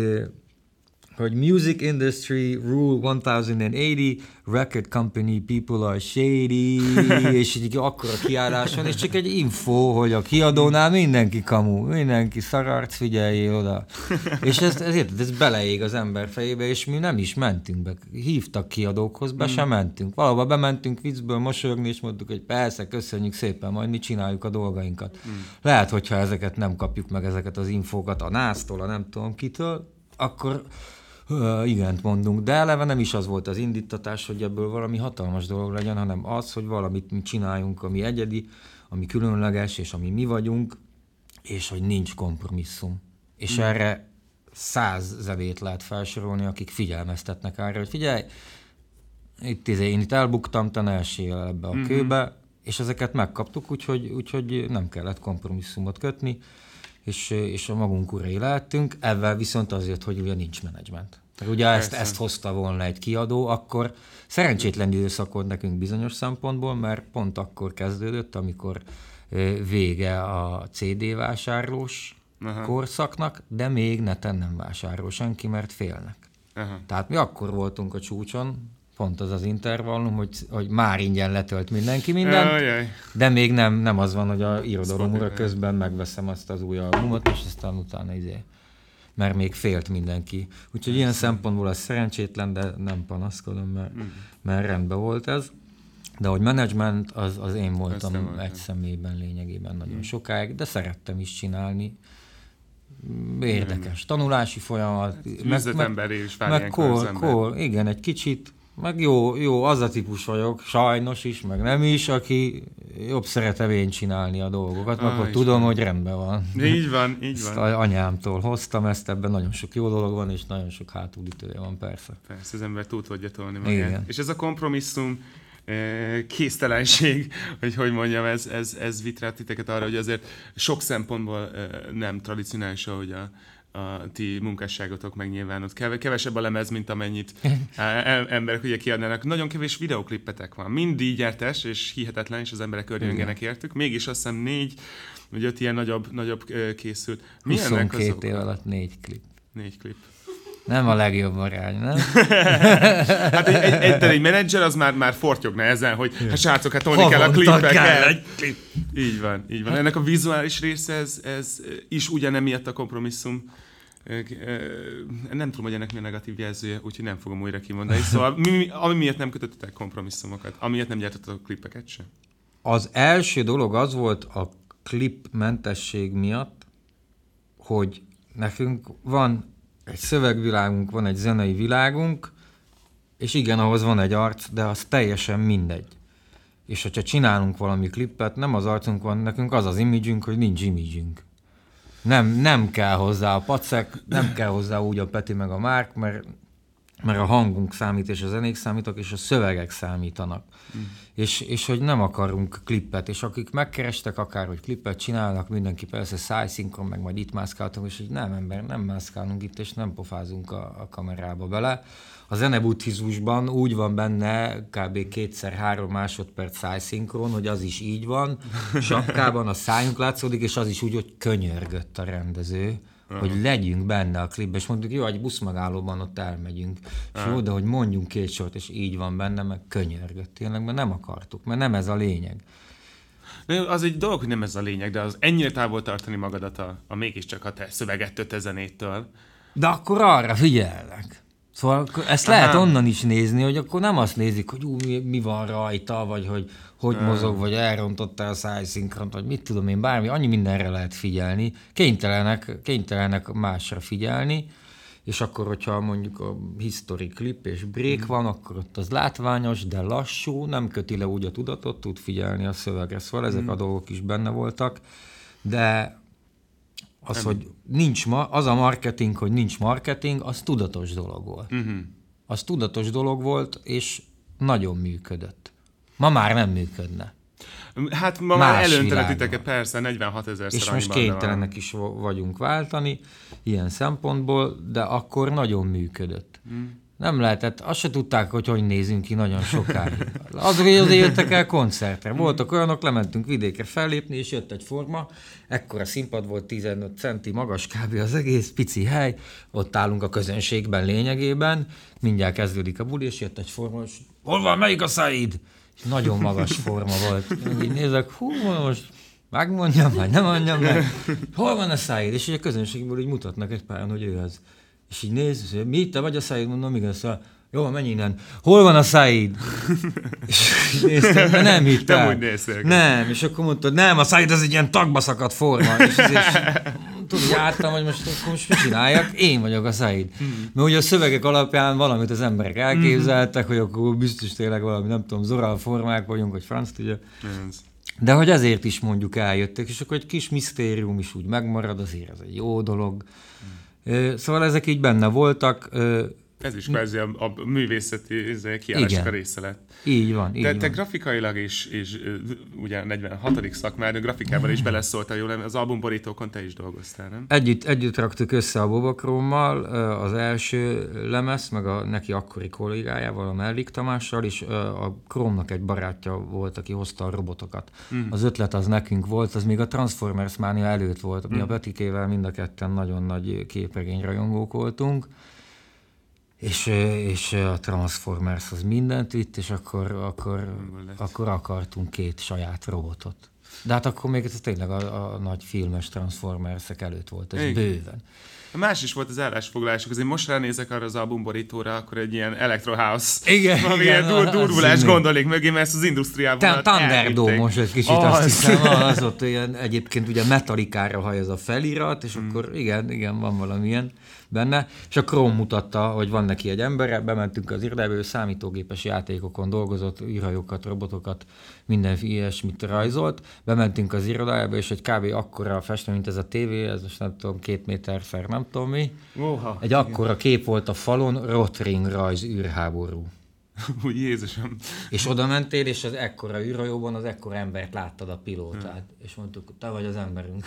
hogy music industry rule ezernyolcszány, record company people are shady, és így akkora kiállás van, és csak egy info, hogy a kiadónál mindenki kamu, mindenki szararc, figyeljél oda. És ez, ez, ez beleég az ember fejébe, és mi nem is mentünk be. Hívtak kiadókhoz, be sem mentünk. Valahol bementünk viccből mosolyogni, és mondtuk, hogy persze, köszönjük szépen, majd mi csináljuk a dolgainkat. Lehet, hogyha ezeket nem kapjuk meg, ezeket az infókat a násztól, a nem tudom kitől, akkor Uh, igent mondunk, de eleve nem is az volt az indítatás, hogy ebből valami hatalmas dolog legyen, hanem az, hogy valamit mi csináljunk, ami egyedi, ami különleges, és ami mi vagyunk, és hogy nincs kompromisszum. És mm. erre száz zevét lehet felsorolni, akik figyelmeztetnek arra, hogy figyelj, itt, én itt elbuktam, te ne essél ebbe a mm-hmm. kőbe, és ezeket megkaptuk, úgyhogy, úgyhogy nem kellett kompromisszumot kötni, és, és a magunk urai lehettünk, ezzel viszont azért, hogy ugye nincs menedzsment. Ugye ezt, ezt hozta volna egy kiadó, akkor szerencsétlen időszak volt nekünk bizonyos szempontból, mert pont akkor kezdődött, amikor vége a cé dé vásárlós Aha. korszaknak, de még neten nem vásárol senki, mert félnek. Aha. Tehát mi akkor voltunk a csúcson, pont az az intervallum, hogy, hogy már ingyen letölt mindenki mindent, Ajaj. de még nem, nem az van, hogy a irodalom ura közben megveszem azt az új albumot, és aztán utána izé, mert még félt mindenki. Úgyhogy ilyen szempontból ez szerencsétlen, de nem panaszkodom, mert, mert rendben volt ez. De hogy menedzsment, az, az én voltam egy személyben lényegében nagyon sokáig, de szerettem is csinálni. Érdekes tanulási folyamat. Üzletemberé is vár meg kol, kol, igen, egy kicsit. Meg jó, jó, az a típus vagyok, sajnos is, meg nem is, aki jobb szeretem én csinálni a dolgokat, mert akkor tudom, hogy rendben van. Így van, így van. Ezt anyámtól hoztam ezt, ebben nagyon sok jó dolog van, és nagyon sok hátulütője van, persze. Persze, az ember túl tudja tolni magát. És ez a kompromisszum, késztelenség, hogy hogy mondjam, ez, ez, ez vitt rá titeket arra, hogy azért sok szempontból nem tradicionális, ahogy a a ti munkásságotok megnyilvánult. Kevesebb a lemez, mint amennyit emberek ugye kiadnának. Nagyon kevés videoklippetek van. Mind díjgyártás, és hihetetlen, és az emberek örjöngenek értük. Mégis azt hiszem négy, vagy öt ilyen nagyobb, nagyobb készült. huszonkettő év alatt négy klip. Négy klip. Nem a legjobb arány, nem? Hát egy, egy, egy, egy menedzser az már, már fortyogna ezen, hogy hát srácok, hát tolni kell a klippeket. Klip. Így van, így van. Ennek a vizuális része, ez, ez is ugyanemiatt a kompromisszum. Nem tudom, hogy ennek mi a negatív jelzője, úgyhogy nem fogom újra kimondani. Szóval mi, ami miatt nem kötöttetek kompromisszumokat, amiért nem gyártottatok a klippeket sem? Az első dolog az volt a klipmentesség miatt, hogy nekünk van egy szövegvilágunk, van egy zenei világunk, és igen, ahhoz van egy arc, de az teljesen mindegy. És hogyha csinálunk valami klippet, nem az arcunk van, nekünk az az imidzsünk, hogy nincs imidzsünk. Nem, nem kell hozzá a pacek, nem kell hozzá úgy a Peti meg a Márk, mert, mert a hangunk számít, és a zenék számítanak, és a szövegek számítanak. Mm. És, és hogy nem akarunk klippet, és akik megkerestek akár, hogy klippet csinálnak, mindenki persze szájszinkron, meg majd itt mászkáltunk, és hogy nem ember, nem mászkálunk itt, és nem pofázunk a, a kamerába bele. A zenebuddhizmusban úgy van benne kb. kétszer-három másodperc szájszinkron, hogy az is így van, sapkában a szájunk látszódik, és az is úgy, hogy könyörgött a rendező, uh-huh. hogy legyünk benne a klipben, és mondjuk, jó, egy buszmegállóban ott elmegyünk, és uh-huh. jó, de hogy mondjunk két sort, és így van benne, meg könyörgött tényleg, mert nem akartuk, mert nem ez a lényeg. Az egy dolog, hogy nem ez a lényeg, de az ennyire távol tartani magadat a, a mégiscsak a te szövegettől, te zenétől. De akkor arra figyellek. Szóval ezt Aha. lehet onnan is nézni, hogy akkor nem azt nézik, hogy ú, mi, mi van rajta, vagy hogy hogy hmm. mozog, vagy elrontottál a szájszinkront, vagy mit tudom én, bármi, annyi mindenre lehet figyelni. Kénytelenek, kénytelenek másra figyelni, és akkor, hogyha mondjuk a history clip és break hmm. van, akkor ott az látványos, de lassú, nem köti le úgy a tudatot, tud figyelni a szövegre. Szóval ezek hmm. a dolgok is benne voltak, de az, nem. hogy nincs ma, az a marketing, hogy nincs marketing, az tudatos dolog volt. Uh-huh. Az tudatos dolog volt, és nagyon működött. Ma már nem működne. Hát ma Más már előntele titeket, persze, negyvenhat ezerszer. És most kénytelenek is vagyunk váltani, ilyen szempontból, de akkor nagyon működött. Hmm. Nem lehetett, azt se tudták, hogy hogy nézünk ki nagyon sokáig. Azok, hogy azért jöttek el koncertre. Voltak olyanok, lementünk vidékre fellépni, és jött egy forma, ekkora színpad volt, tizenöt centi magas kb. Az egész, pici hely, ott állunk a közönségben lényegében, mindjárt kezdődik a buli, és jött egy forma, és hol van, melyik a Said? És nagyon magas forma volt. Én így nézek, hú, most megmondjam, vagy nem mondjam meg, hol van a Said? És így a közönségből így mutatnak egy páran, hogy ő az. És így néz, hogy mi, te vagy a Said? Mondom, igen, szóval, jó, menj innen. Hol van a Said? És néztem, de nem hittem. Nem úgy néztél. Nem, és akkor mondtad, nem, a Said az egy ilyen tagba szakadt forma. És, és tudod, jártam, hogy most, akkor most mit csináljak? Én vagyok a Said. Hmm. Mert ugye a szövegek alapján valamit az emberek elképzeltek, hogy akkor biztos tényleg valami, nem tudom, Zoral formák vagyunk, vagy franc tudja. Yes. De hogy ezért is mondjuk eljöttek, és akkor egy kis misztérium is úgy megmarad, azért ez egy jó dolog. Hmm. Szóval ezek így benne voltak. Ez is kvázi a, a művészeti kiállások a része lett. Így van, így te, van. Te grafikailag is, és ugye negyvenhatodik szakmár, grafikával is beleszóltál jól, az albumborítókon te is dolgoztál, nem? Együtt, együtt raktuk össze a Bobakrommal az első lemez, meg a neki akkori kollégájával, a Mellik Tamással, és a Kromnak egy barátja volt, aki hozta a robotokat. Mm. Az ötlet az nekünk volt, az még a Transformers mánia előtt volt. Mi mm. a Petikével mind a ketten nagyon nagy képregényrajongók voltunk. És, és a Transformers az mindent vitt, és akkor, akkor, akkor akartunk két saját robotot. De hát akkor még ez tényleg a, a nagy filmes Transformersek előtt volt, ez igen. Bőven. Más is volt az állásfoglalások, azért most ránézek arra az albumborítóra, akkor egy ilyen Electro House, igen, ami igen, ilyen dur- durvulás gondolnék mögé, mert ezt az industriában Thunderdome most egy kicsit, oh, azt hiszem, az ott ilyen, egyébként ugye Metallica-ra hajaz a felirat, és mm. akkor igen, igen, van valamilyen benne, és a Chrome mutatta, hogy van neki egy embere, bementünk az irodába, ő számítógépes játékokon dolgozott, űrhajókat, robotokat, minden ilyesmit rajzolt, bementünk az irodába, és egy kb. Akkora festmény, mint ez a tévé, ez most nem tudom, két méter szer, nem tudom mi. Oha, egy akkora kép volt a falon, Rotring rajz űrháború. Úgy Jézusom. És oda mentél, és az ekkora űrhajóban az ekkora embert láttad a pilótát, hmm. és mondtuk, te vagy az emberünk.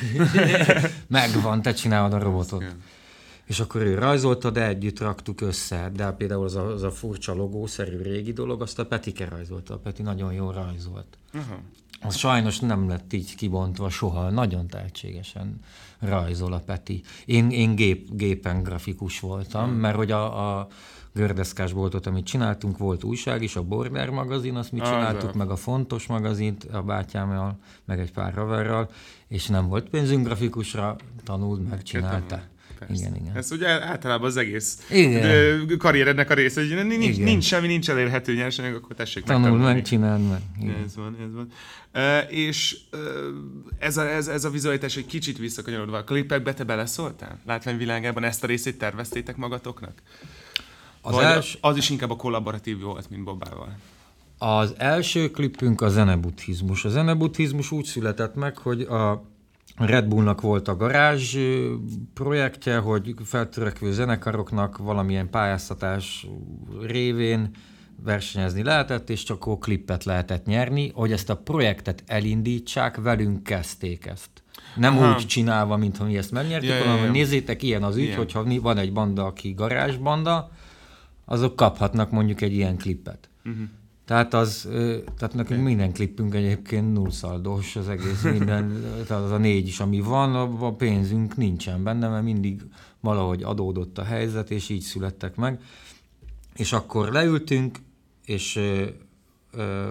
Megvan, te csinálod a robotot. Yeah. És akkor ő rajzolta, de együtt raktuk össze. De például az a, az a furcsa logószerű régi dolog, azt a Petike rajzolta. A Peti nagyon jól rajzolt. Uh-huh. Az sajnos nem lett így kibontva soha. Nagyon tehetségesen rajzol a Peti. Én, én gép, gépen grafikus voltam, uh-huh. mert hogy a, a gördeszkás boltot, amit csináltunk, volt újság is, a Border magazin, azt mi csináltuk, ah, meg a Fontos magazint a bátyámmal, meg egy pár haverral, és nem volt pénzünk grafikusra, tanult, megcsinálta. Persze. Igen, igen. Ez ugye általában az egész igen. karrierednek a része, hogy nincs, nincs semmi, nincs elérhető nyersanyag, akkor tessék megtanulni. Tanul meg, csináld meg. Igen. Ez van, ez van. Uh, és uh, ez, a, ez, ez a vizualitás egy kicsit visszakanyarodva. A klipekbe te beleszóltál? Látványvilágában ezt a részét terveztétek magatoknak? Az, els... az is inkább a kollaboratív volt, mint Bobbával? Az első klipünk a zenebuddhizmus. A zenebuddhizmus úgy született meg, hogy a Red Bullnak volt a garázs projektje, hogy feltörekvő zenekaroknak valamilyen pályáztatás révén versenyezni lehetett, és csak akkor klippet lehetett nyerni. Hogy ezt a projektet elindítsák, velünk kezdték ezt. Nem Aha. úgy csinálva, mintha mi ezt megnyertük, ja, hanem ja, ja. nézzétek, ilyen az ügy, ilyen. Hogyha van egy banda, aki garázsbanda, azok kaphatnak mondjuk egy ilyen klippet. Uh-huh. Tehát, az, tehát nekünk minden klippünk egyébként nullszaldós, az egész minden, tehát az a négy is, ami van, a pénzünk nincsen benne, mert mindig valahogy adódott a helyzet, és így születtek meg. És akkor leültünk, és ö, ö,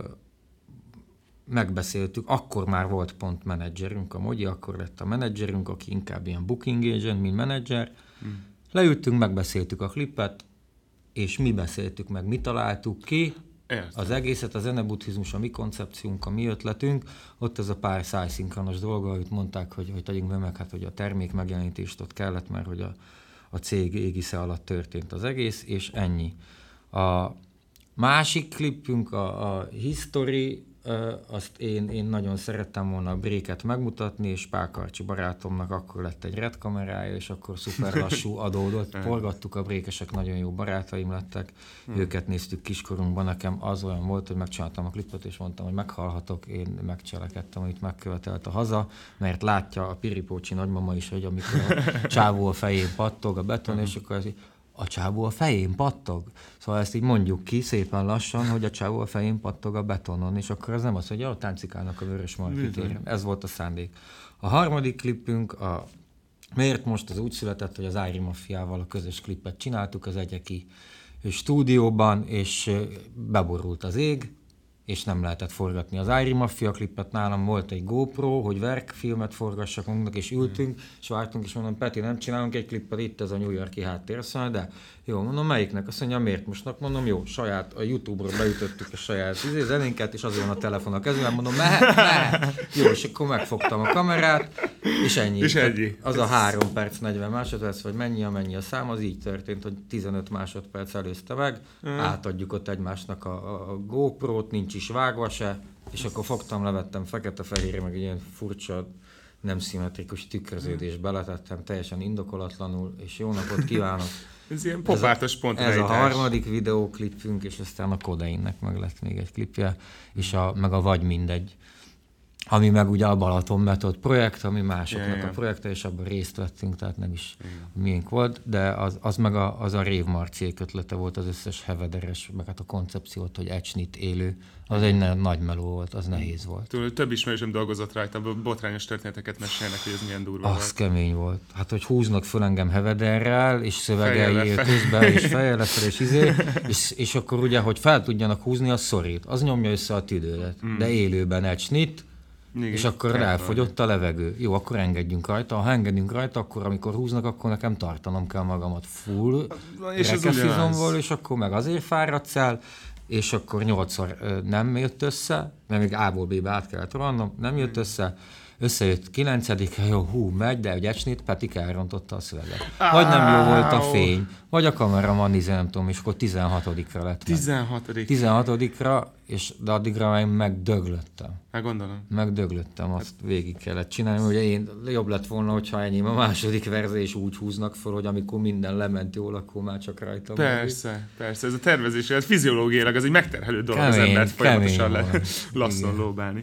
megbeszéltük, akkor már volt pont menedzserünk, a Mogyi, akkor lett a menedzserünk, aki inkább ilyen booking agent, mint menedzser. Hmm. Leültünk, megbeszéltük a klippet, és mi beszéltük meg, mi találtuk ki, Értem. az egészet, a zenebuddhizmus, a mi koncepciónk, a mi ötletünk, ott ez a pár szájszinkronos dolga, amit mondták, hogy, hogy tegyünk be meg, hát hogy a termék megjelenítést ott kellett, mert hogy a, a cég égisze alatt történt az egész, és ennyi. A másik klipünk, a, a History, azt én, én nagyon szerettem volna a Breaket megmutatni, és Pál Karcsi barátomnak akkor lett egy red kamerája, és akkor szuper lassú adódott. Forgattuk, a Breakesek nagyon jó barátaim lettek, hmm. őket néztük kiskorunkban, nekem az olyan volt, hogy megcsináltam a klipet, és mondtam, hogy meghalhatok, én megcselekedtem, amit megkövetelt a haza, mert látja a Piripócsi nagymama is, hogy amikor a csávó a fején pattog a beton, és akkor az a csávó a fején pattog. Szóval ezt így mondjuk ki szépen lassan, hogy a csávó a fején pattog a betonon, és akkor az nem az, hogy ja, táncikálnak a Vörösmarty téren. Ez volt a szándék. A harmadik klipünk, a miért most az úgy született, hogy az Ári Maffiával a közös klipet csináltuk az Egyeki stúdióban, és beborult az ég, és nem lehetett forgatni az Ári Mafia klipet. Nálam volt egy GoPro, hogy verkfilmet forgassak magunknak, és ültünk, és vártunk, és mondom, Peti, nem csinálunk egy klippet, itt ez a New York-i háttér. Azt mondja, de jó, mondom, melyiknek? Azt mondja, miért mostnak? Mondom, jó, saját, a YouTube-ról beütöttük a saját izé, zenénket, és azért van a telefon a kezemben, mondom, mehet, mehet. Jó, és akkor megfogtam a kamerát, és ennyi. És ennyi. Az a három perc, negyven másodperc, vagy mennyi, amennyi a szám, az így történt, hogy tizenöt másodperc előzte meg, mm. átadjuk ott egymásnak a, a, a GoPro-t, nincs is vágva se, és akkor fogtam, levettem fekete-fehérre, meg egy ilyen furcsa, nem szimmetrikus tükröződést beletettem, teljesen indokolatlanul, és jó napot kívánok! Ez ilyen popártos pontrejtás. Ez a harmadik videóklipünk, és aztán a Kodeinnek meg lett még egy klipje, és a, meg a Vagy mindegy, ami meg ugye a Balaton Method projekt, ami másoknak yeah, yeah. a projekte, és abban részt vettünk, tehát nem is yeah. miénk volt, de az, az meg a, az a Rév Marciék ötlete volt, az összes hevederes, meg hát a koncepciót, hogy ecsnit élő, az egy ne, nagy meló volt, az nehéz volt. Túl, több ismerősöm dolgozott rajta, botrányos történeteket mesélnek, hogy ez milyen durva az volt. Az kemény volt. Hát, hogy húznak föl engem hevederrel, és szövegeljél közben, és fejjel lefelé, és izé, és, és akkor ugye, hogy fel tudjanak húzni, az szorít. Az nyomja össze a tüdődet. Mm. De élőben ecsnit, igen, és akkor elfogyott a levegő. Jó, akkor engedjünk rajta. Ha engedünk rajta, akkor amikor húznak, akkor nekem tartanom kell magamat full rekeszizomból, és akkor meg azért fáradsz el, és akkor nyolcszor nem jött össze, mert még A-ból B-be át kellett rohannom, nem jött össze, összejött kilencedik, jó, hú, megy, de egy ecsnit, Petik elrontotta a szöveget. Vagy nem jó volt a fény, vagy a kameraman, nézze, nem tudom, és akkor tizenhatodikra lett meg. tizenhatodik tizenhatodikra, és de addigra én megdöglöttem. Hát gondolom. Megdöglöttem, azt végig kellett csinálni, ugye én jobb lett volna, hogyha enyém a második verze is úgy húznak fel, hogy amikor minden lement jól, akkor már csak rajta. Persze, meg. persze, ez a tervezés, ez fiziológiailag, ez egy megterhelő dolog kemény, az embert folyamatosan le, lasszon lóbálni.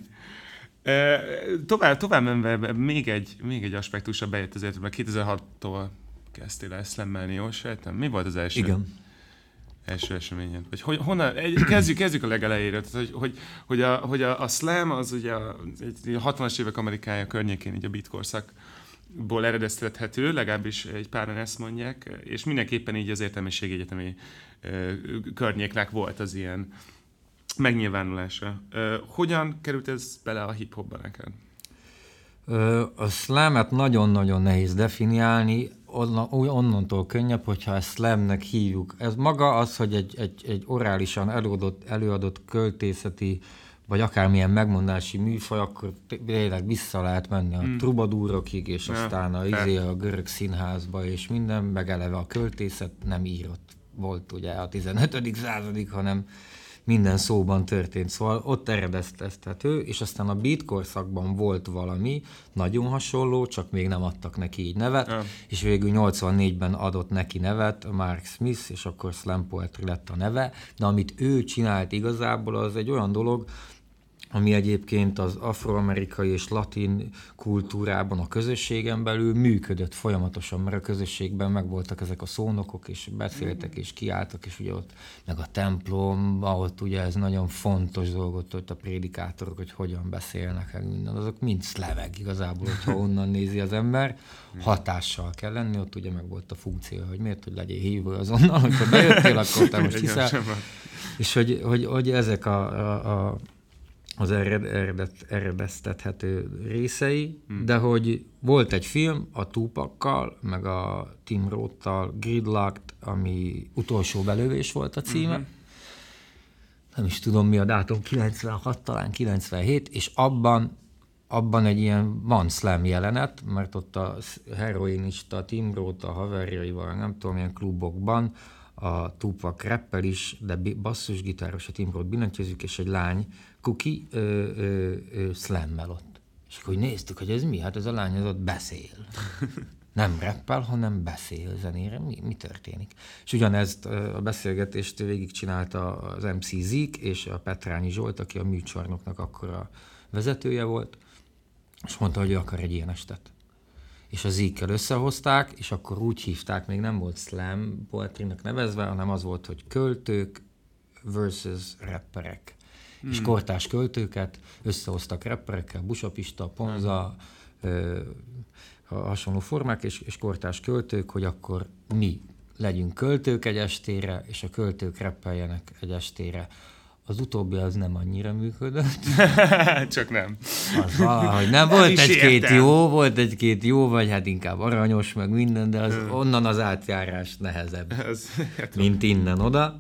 E, tovább, tovább menve még egy, még egy aspektusra bejött azért, mert kétezer-hattól kezdtél el szlemmelni, jól sejtem. Mi volt az első? Igen. első eseményen? Vagy hogy, honnan, egy, kezdjük, kezdjük a legelejéről, tehát, hogy, hogy, hogy, a, hogy a, a slam az ugye a, a hatvanas évek Amerikája környékén, így a beat korszakból eredeztethető, legalábbis egy páran ezt mondják, és mindenképpen így az értelmiségi egyetemi ö, környéknek volt az ilyen megnyilvánulása. Ö, hogyan került ez bele a hip-hopba neked? Ö, a slamet nagyon-nagyon nehéz definiálni, onnantól könnyebb, hogyha ezt slamnek hívjuk. Ez maga az, hogy egy, egy, egy orálisan előadott, előadott költészeti, vagy akármilyen megmondási műfaj, akkor tényleg vissza lehet menni a mm. trubadúrokig, és ja, aztán a, izé, a görög színházba, és minden, meg eleve a költészet nem írott volt ugye a tizenötödik századig, hanem minden szóban történt, szóval ott eredeztethető, és aztán a beat korszakban volt valami nagyon hasonló, csak még nem adtak neki így nevet, ja. és végül nyolcvannégyben adott neki nevet, Mark Smith, és akkor Slam Poetry lett a neve, de amit ő csinált igazából, az egy olyan dolog, ami egyébként az afroamerikai és latin kultúrában, a közösségen belül működött folyamatosan, mert a közösségben megvoltak ezek a szónokok, és beszéltek, és kiálltak, és ugye ott meg a templom, ott ugye ez nagyon fontos dolgot, hogy a prédikátorok, hogy hogyan beszélnek, meg minden, azok mind szleveg igazából, hogyha onnan nézi az ember, hatással kell lenni, ott ugye meg volt a funkció, hogy miért, hogy legyél hívő azonnal, hogyha bejöttél, akkor te most hiszel, és hogy, hogy, hogy ezek a, a, a az ered, eredet, eredeztethető részei, hmm. de hogy volt egy film a Tupac-kal, meg a Tim Roth-tal, Gridlocked, ami utolsó belövés volt a címe. Hmm. Nem is tudom mi a dátum, kilencvenhat, talán kilencvenhét, és abban, abban egy ilyen van slam jelenet, mert ott a heroinista Tim Roth a haverjaival, nem tudom, milyen klubokban, a Tupac rappel is, de basszusgitáros a Tim Roth billentyűzik, és egy lány, Cookie, ö, ö, ö, slammel ott. És akkor néztük, hogy ez mi? Hát ez a lány az ott beszél. Nem rappel, hanem beszél zenére. Mi, mi történik? És ugyanezt a beszélgetést végigcsinálta az em cé Zik és a Petrányi Zsolt, aki a műcsarnoknak akkor a vezetője volt, és mondta, hogy ő akar egy ilyen estet. És a Zikkel összehozták, és akkor úgy hívták, még nem volt slam poetrynek nevezve, hanem az volt, hogy költők versus rapperek. Hmm. És kortárs költőket összehoztak rapperekkel, Busapista, Ponza, hmm. ö, hasonló formák, és, és kortárs költők, hogy akkor mi legyünk költők egy estére, és a költők rappeljenek egy estére. Az utóbbi az nem annyira működött. Csak nem. Az valahogy nem. Volt egy-két jó, volt egy-két jó, vagy hát inkább aranyos, meg minden, de az, onnan az átjárás nehezebb, ez, mint innen oda.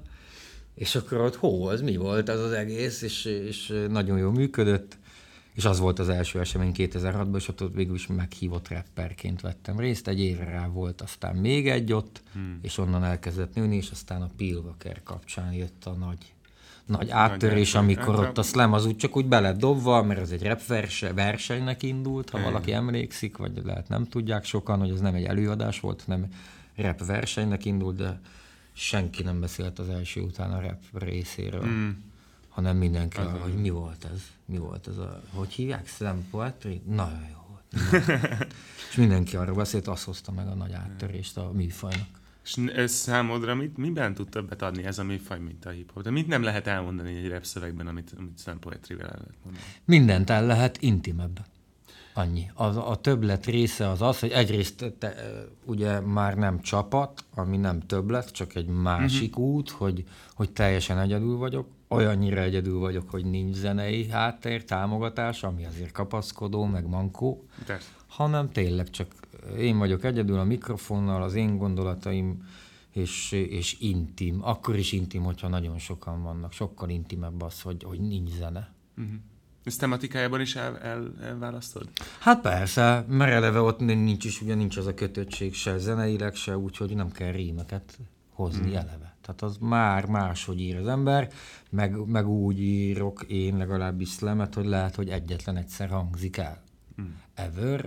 És akkor ott hó, az mi volt az az egész, és, és nagyon jól működött. És az volt az első esemény kétezer-hatban, és ott végül is meghívott rapperként vettem részt. Egy évre rá volt, aztán még egy ott, hmm. és onnan elkezdett nőni, és aztán a Pilvaker kapcsán jött a nagy, nagy áttörés, amikor ott a slam az úgy csak úgy bele dobva, mert ez egy rap versenynek indult, ha valaki emlékszik, vagy lehet nem tudják sokan, hogy ez nem egy előadás volt, hanem rap versenynek indult, de senki nem beszélt az első után a rap részéről. Hmm. hanem mindenki, arra, hogy mi volt ez, mi volt ez a, hogy hívják, slam poetry? Nagyon jó volt. És mindenki arra beszélt, azt hozta meg a nagy áttörést a műfajnak. És ez számodra mit, miben tud többet adni ez a műfaj, mint a hip-hop? De mit nem lehet elmondani egy rap szövegben, amit, amit slam poetryvel el lehet mondani? Mindent el lehet, intimebb. Annyi. Az, a többlet része az az, hogy egyrészt te, ugye már nem csapat, ami nem többlet, csak egy másik uh-huh. út, hogy, hogy teljesen egyedül vagyok. Olyannyira egyedül vagyok, hogy nincs zenei háttér, támogatás, ami azért kapaszkodó, meg mankó, Persze. hanem tényleg csak én vagyok egyedül a mikrofonnal, az én gondolataim, és, és intim. Akkor is intim, hogyha nagyon sokan vannak. Sokkal intimebb az, hogy, hogy nincs zene. Uh-huh. Ezt tematikájában is el, el, elválasztod? Hát persze, mert eleve ott nincs is, ugye nincs az a kötöttség se zeneileg, se úgyhogy nem kell rímeket hozni hmm. eleve. Tehát az már máshogy ír az ember, meg, meg úgy írok én legalábbis szlemet, hogy lehet, hogy egyetlen egyszer hangzik el. Hmm. Ever,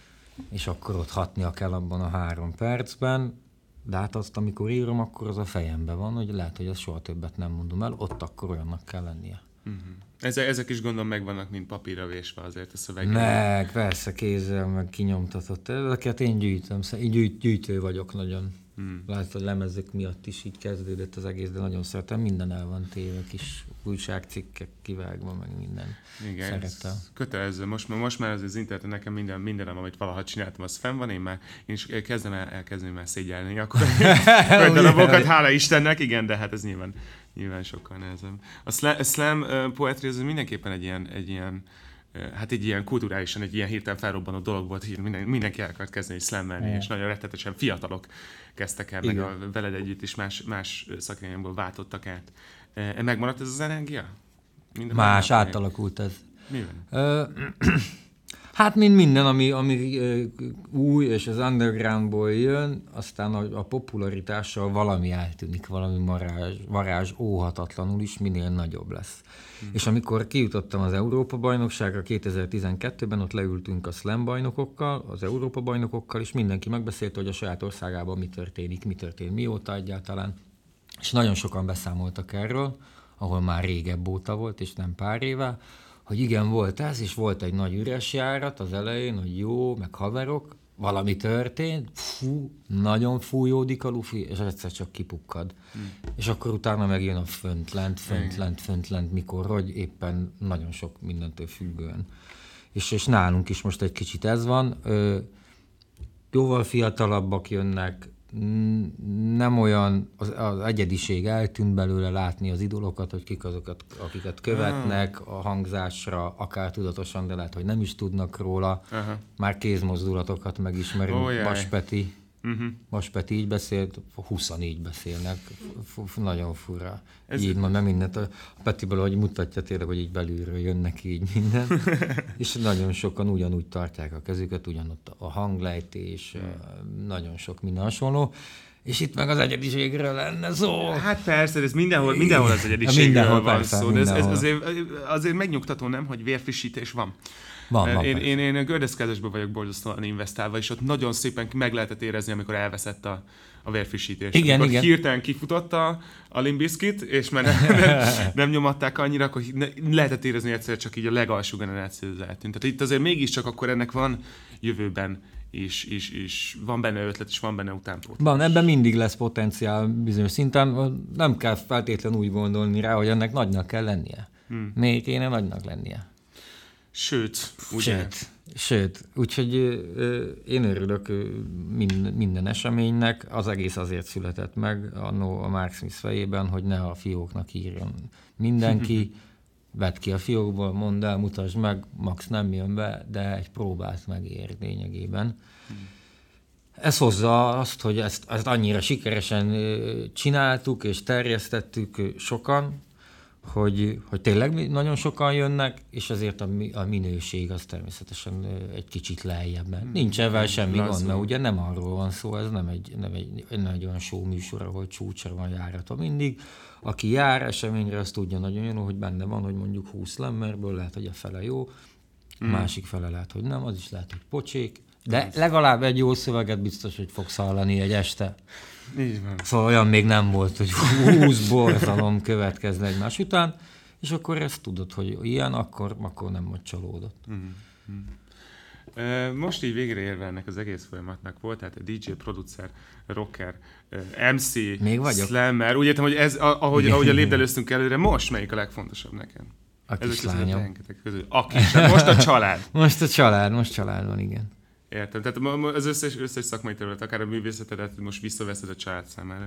és akkor ott hatnia kell abban a három percben, de hát azt, amikor írom, akkor az a fejemben van, hogy lehet, hogy azt soha többet nem mondom el, ott akkor olyannak kell lennie. Uh-huh. Ezek, ezek is gondolom megvannak, mint papírra vésve azért a szövegben. Meg, persze, kézzel, meg kinyomtatott. Ezeket én gyűjtöm, gyűjt, gyűjtő vagyok nagyon. Hmm. Látod, hogy lemezek miatt is így kezdődött az egész, de nagyon szeretem. Minden el van téve, kis újságcikkek kivágva, meg minden. Igen, szeretem. Kötelező. Most, most már az, az interneten nekem minden, mindenem, amit valaha csináltam, az fenn van, én már én is kezdem el, elkezdeni már szégyelni. Akkor a darabokat, hála Istennek, igen, de hát ez nyilván, nyilván sokkal nehezebb. A slam, a slam uh, poetry az mindenképpen egy ilyen, egy ilyen hát egy ilyen kulturálisan, egy ilyen hirtelen felrobbanó dolog volt, hogy minden, mindenki el akart kezdeni slammelni, és nagyon rettetesen fiatalok kezdtek el, igen. meg a veled együtt is más, más szakirányokból váltottak át. E, megmaradt ez az energia? Minden más, átalakult ez. Miben? Ö, hát, mint minden, ami, ami új és az undergroundból jön, aztán a, a popularitással valami eltűnik, valami varázs, varázs óhatatlanul is minél nagyobb lesz. Hmm. És amikor kijutottam az Európa-bajnokságra kétezer-tizenkettőben, ott leültünk a slam bajnokokkal, az Európa-bajnokokkal, és mindenki megbeszélte, hogy a saját országában mi történik, mi történik, mióta egyáltalán. És nagyon sokan beszámoltak erről, ahol már régebb óta volt, és nem pár éve, hogy igen, volt ez, és volt egy nagy üres járat az elején, hogy jó, meg haverok, valami történt, fú, nagyon fújódik a lufi, és egyszer csak kipukkad. Hmm. És akkor utána megjön a föntlent, föntlent, föntlent, mikor, hogy éppen nagyon sok mindentől függően. És, és nálunk is most egy kicsit ez van, ö, jóval fiatalabbak jönnek, nem olyan, az, az egyediség eltűnt belőle, látni az idolokat, hogy kik azokat, akiket követnek a hangzásra, akár tudatosan, de lehet, hogy nem is tudnak róla. Aha. Már kézmozdulatokat megismerünk. Oh, Vas Peti, uh-huh. Vas Peti így beszélt, húszan így beszélnek. F- nagyon fura. Ez így van, mert mindent a Petiből, hogy mutatja tényleg, hogy így belülről jönnek így minden. És nagyon sokan ugyanúgy tartják a kezüket, ugyanott a hanglejtés, hmm. nagyon sok minden hasonló. És itt meg az egyediségről lenne szó. Hát persze, ez mindenhol, mindenhol az egyediségről van persze, szó, de ez, ez azért, azért megnyugtató, nem, hogy vérfrissítés van. Van, van, én, én, én gördeszkázásban vagyok borzasztóan investálva, és ott nagyon szépen meg lehetett érezni, amikor elveszett a, a vérfrissítés. Igen, amikor igen. hirtelen kifutott a, a Limp Bizkit, és már nem, nem, nem nyomatták annyira, akkor ne, lehetett érezni, hogy egyszer csak így a legalsó generáció eltűnt. Tehát itt azért mégiscsak akkor ennek van jövőben és, és, és van benne ötlet, és van benne utánpótlás. Van, ebben mindig lesz potenciál bizonyos szinten. Nem kell feltétlenül úgy gondolni rá, hogy ennek nagynak kell lennie. Hmm. Miért kéne nagynak lennie? Sőt, ugye? Sőt, sőt. Úgyhogy ö, én örülök minden, minden eseménynek. Az egész azért született meg annó a Mark Smith fejében, hogy ne a fióknak írjon mindenki. Vedd ki a fiókból, mondd el, mutasd meg, max nem jön be, de egy próbát megér lényegében. Hmm. Ez hozza azt, hogy ezt, ezt annyira sikeresen csináltuk és terjesztettük sokan, hogy, hogy tényleg nagyon sokan jönnek, és azért a, a minőség az természetesen egy kicsit lejjebb. Mert nincs ebben semmi Lazul. gond, mert ugye nem arról van szó, ez nem egy, nem egy, nem egy olyan show műsor, ahol csúcsra van járata mindig. Aki jár eseményre, az tudja nagyon jól, hogy benne van, hogy mondjuk húsz lemmerből lehet, hogy a fele jó, a mm. másik fele lehet, hogy nem, az is lehet, hogy pocsék, de ez. legalább egy jó szöveget biztos, hogy fogsz hallani egy este. Így van. Szóval olyan még nem volt, hogy húsz borzalom következne egymás után, és akkor ezt tudod, hogy ilyen, akkor, akkor nem vagy csalódott. Mm-hmm. Most így végre érve ennek az egész folyamatnak volt, tehát a dé dzsé, producer, rocker, em cé, slammer. Úgy értem, hogy ez, ahogy, ahogy a lépdelőztünk előre, most melyik a legfontosabb neked? A kislányom. A kislány. Most a család. Most a család, most család van, igen. Értem. Tehát az összes, összes szakmai terület, akár a művészetedet most visszaveszed a család számára.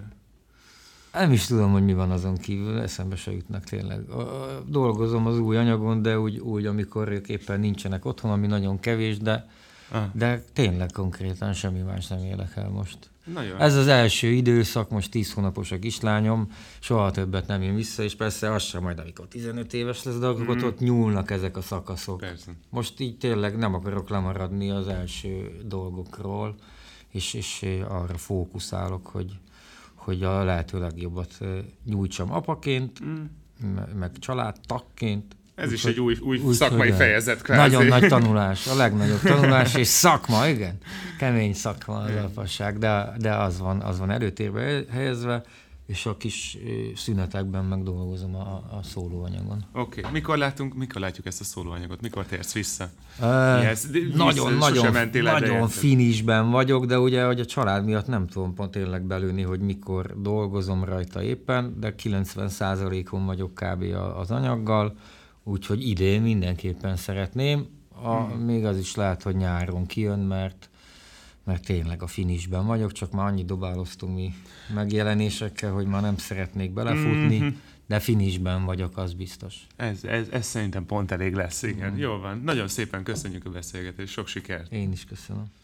Nem is tudom, hogy mi van azon kívül, eszembe se jutnak tényleg. Dolgozom az új anyagon, de úgy, úgy amikor ők éppen nincsenek otthon, ami nagyon kevés, de, ah. de tényleg konkrétan semmi más nem élek el most. Ez az első időszak, most tíz hónapos a kislányom, soha többet nem jön vissza, és persze az sem majd, amikor tizenöt éves lesz, de akkor mm. ott nyúlnak ezek a szakaszok. Persze. Most így tényleg nem akarok lemaradni az első dolgokról, és, és arra fókuszálok, hogy hogy a lehető legjobbat nyújtsam apaként, mm. meg családtagként. Ez úgy, is egy új, új, új szakmai úgy, fejezet kvázi. Nagyon nagy tanulás, a legnagyobb tanulás, és szakma, igen. Kemény szakma az apasság, de, de az van, az van előtérbe helyezve, és a kis szünetekben meg dolgozom a, a szólóanyagon. Oké. Okay. Mikor látunk, mikor látjuk ezt a szólóanyagot? Mikor térsz vissza? Uh, yes. Nagyon, nagyon, nagyon finisben vagyok, de ugye, hogy a család miatt nem tudom pont tényleg belőni, hogy mikor dolgozom rajta éppen, de kilencven százalékon vagyok kb. Az anyaggal, úgyhogy idén mindenképpen szeretném. A, hmm. Még az is lehet, hogy nyáron kijön, mert mert tényleg a finishben vagyok, csak már annyi dobáloztunk mi megjelenésekkel, hogy már nem szeretnék belefutni, mm-hmm. de finishben vagyok, az biztos. Ez, ez, ez szerintem pont elég lesz, igen. Mm. Jó van. Nagyon szépen köszönjük a beszélgetést, sok sikert. Én is köszönöm.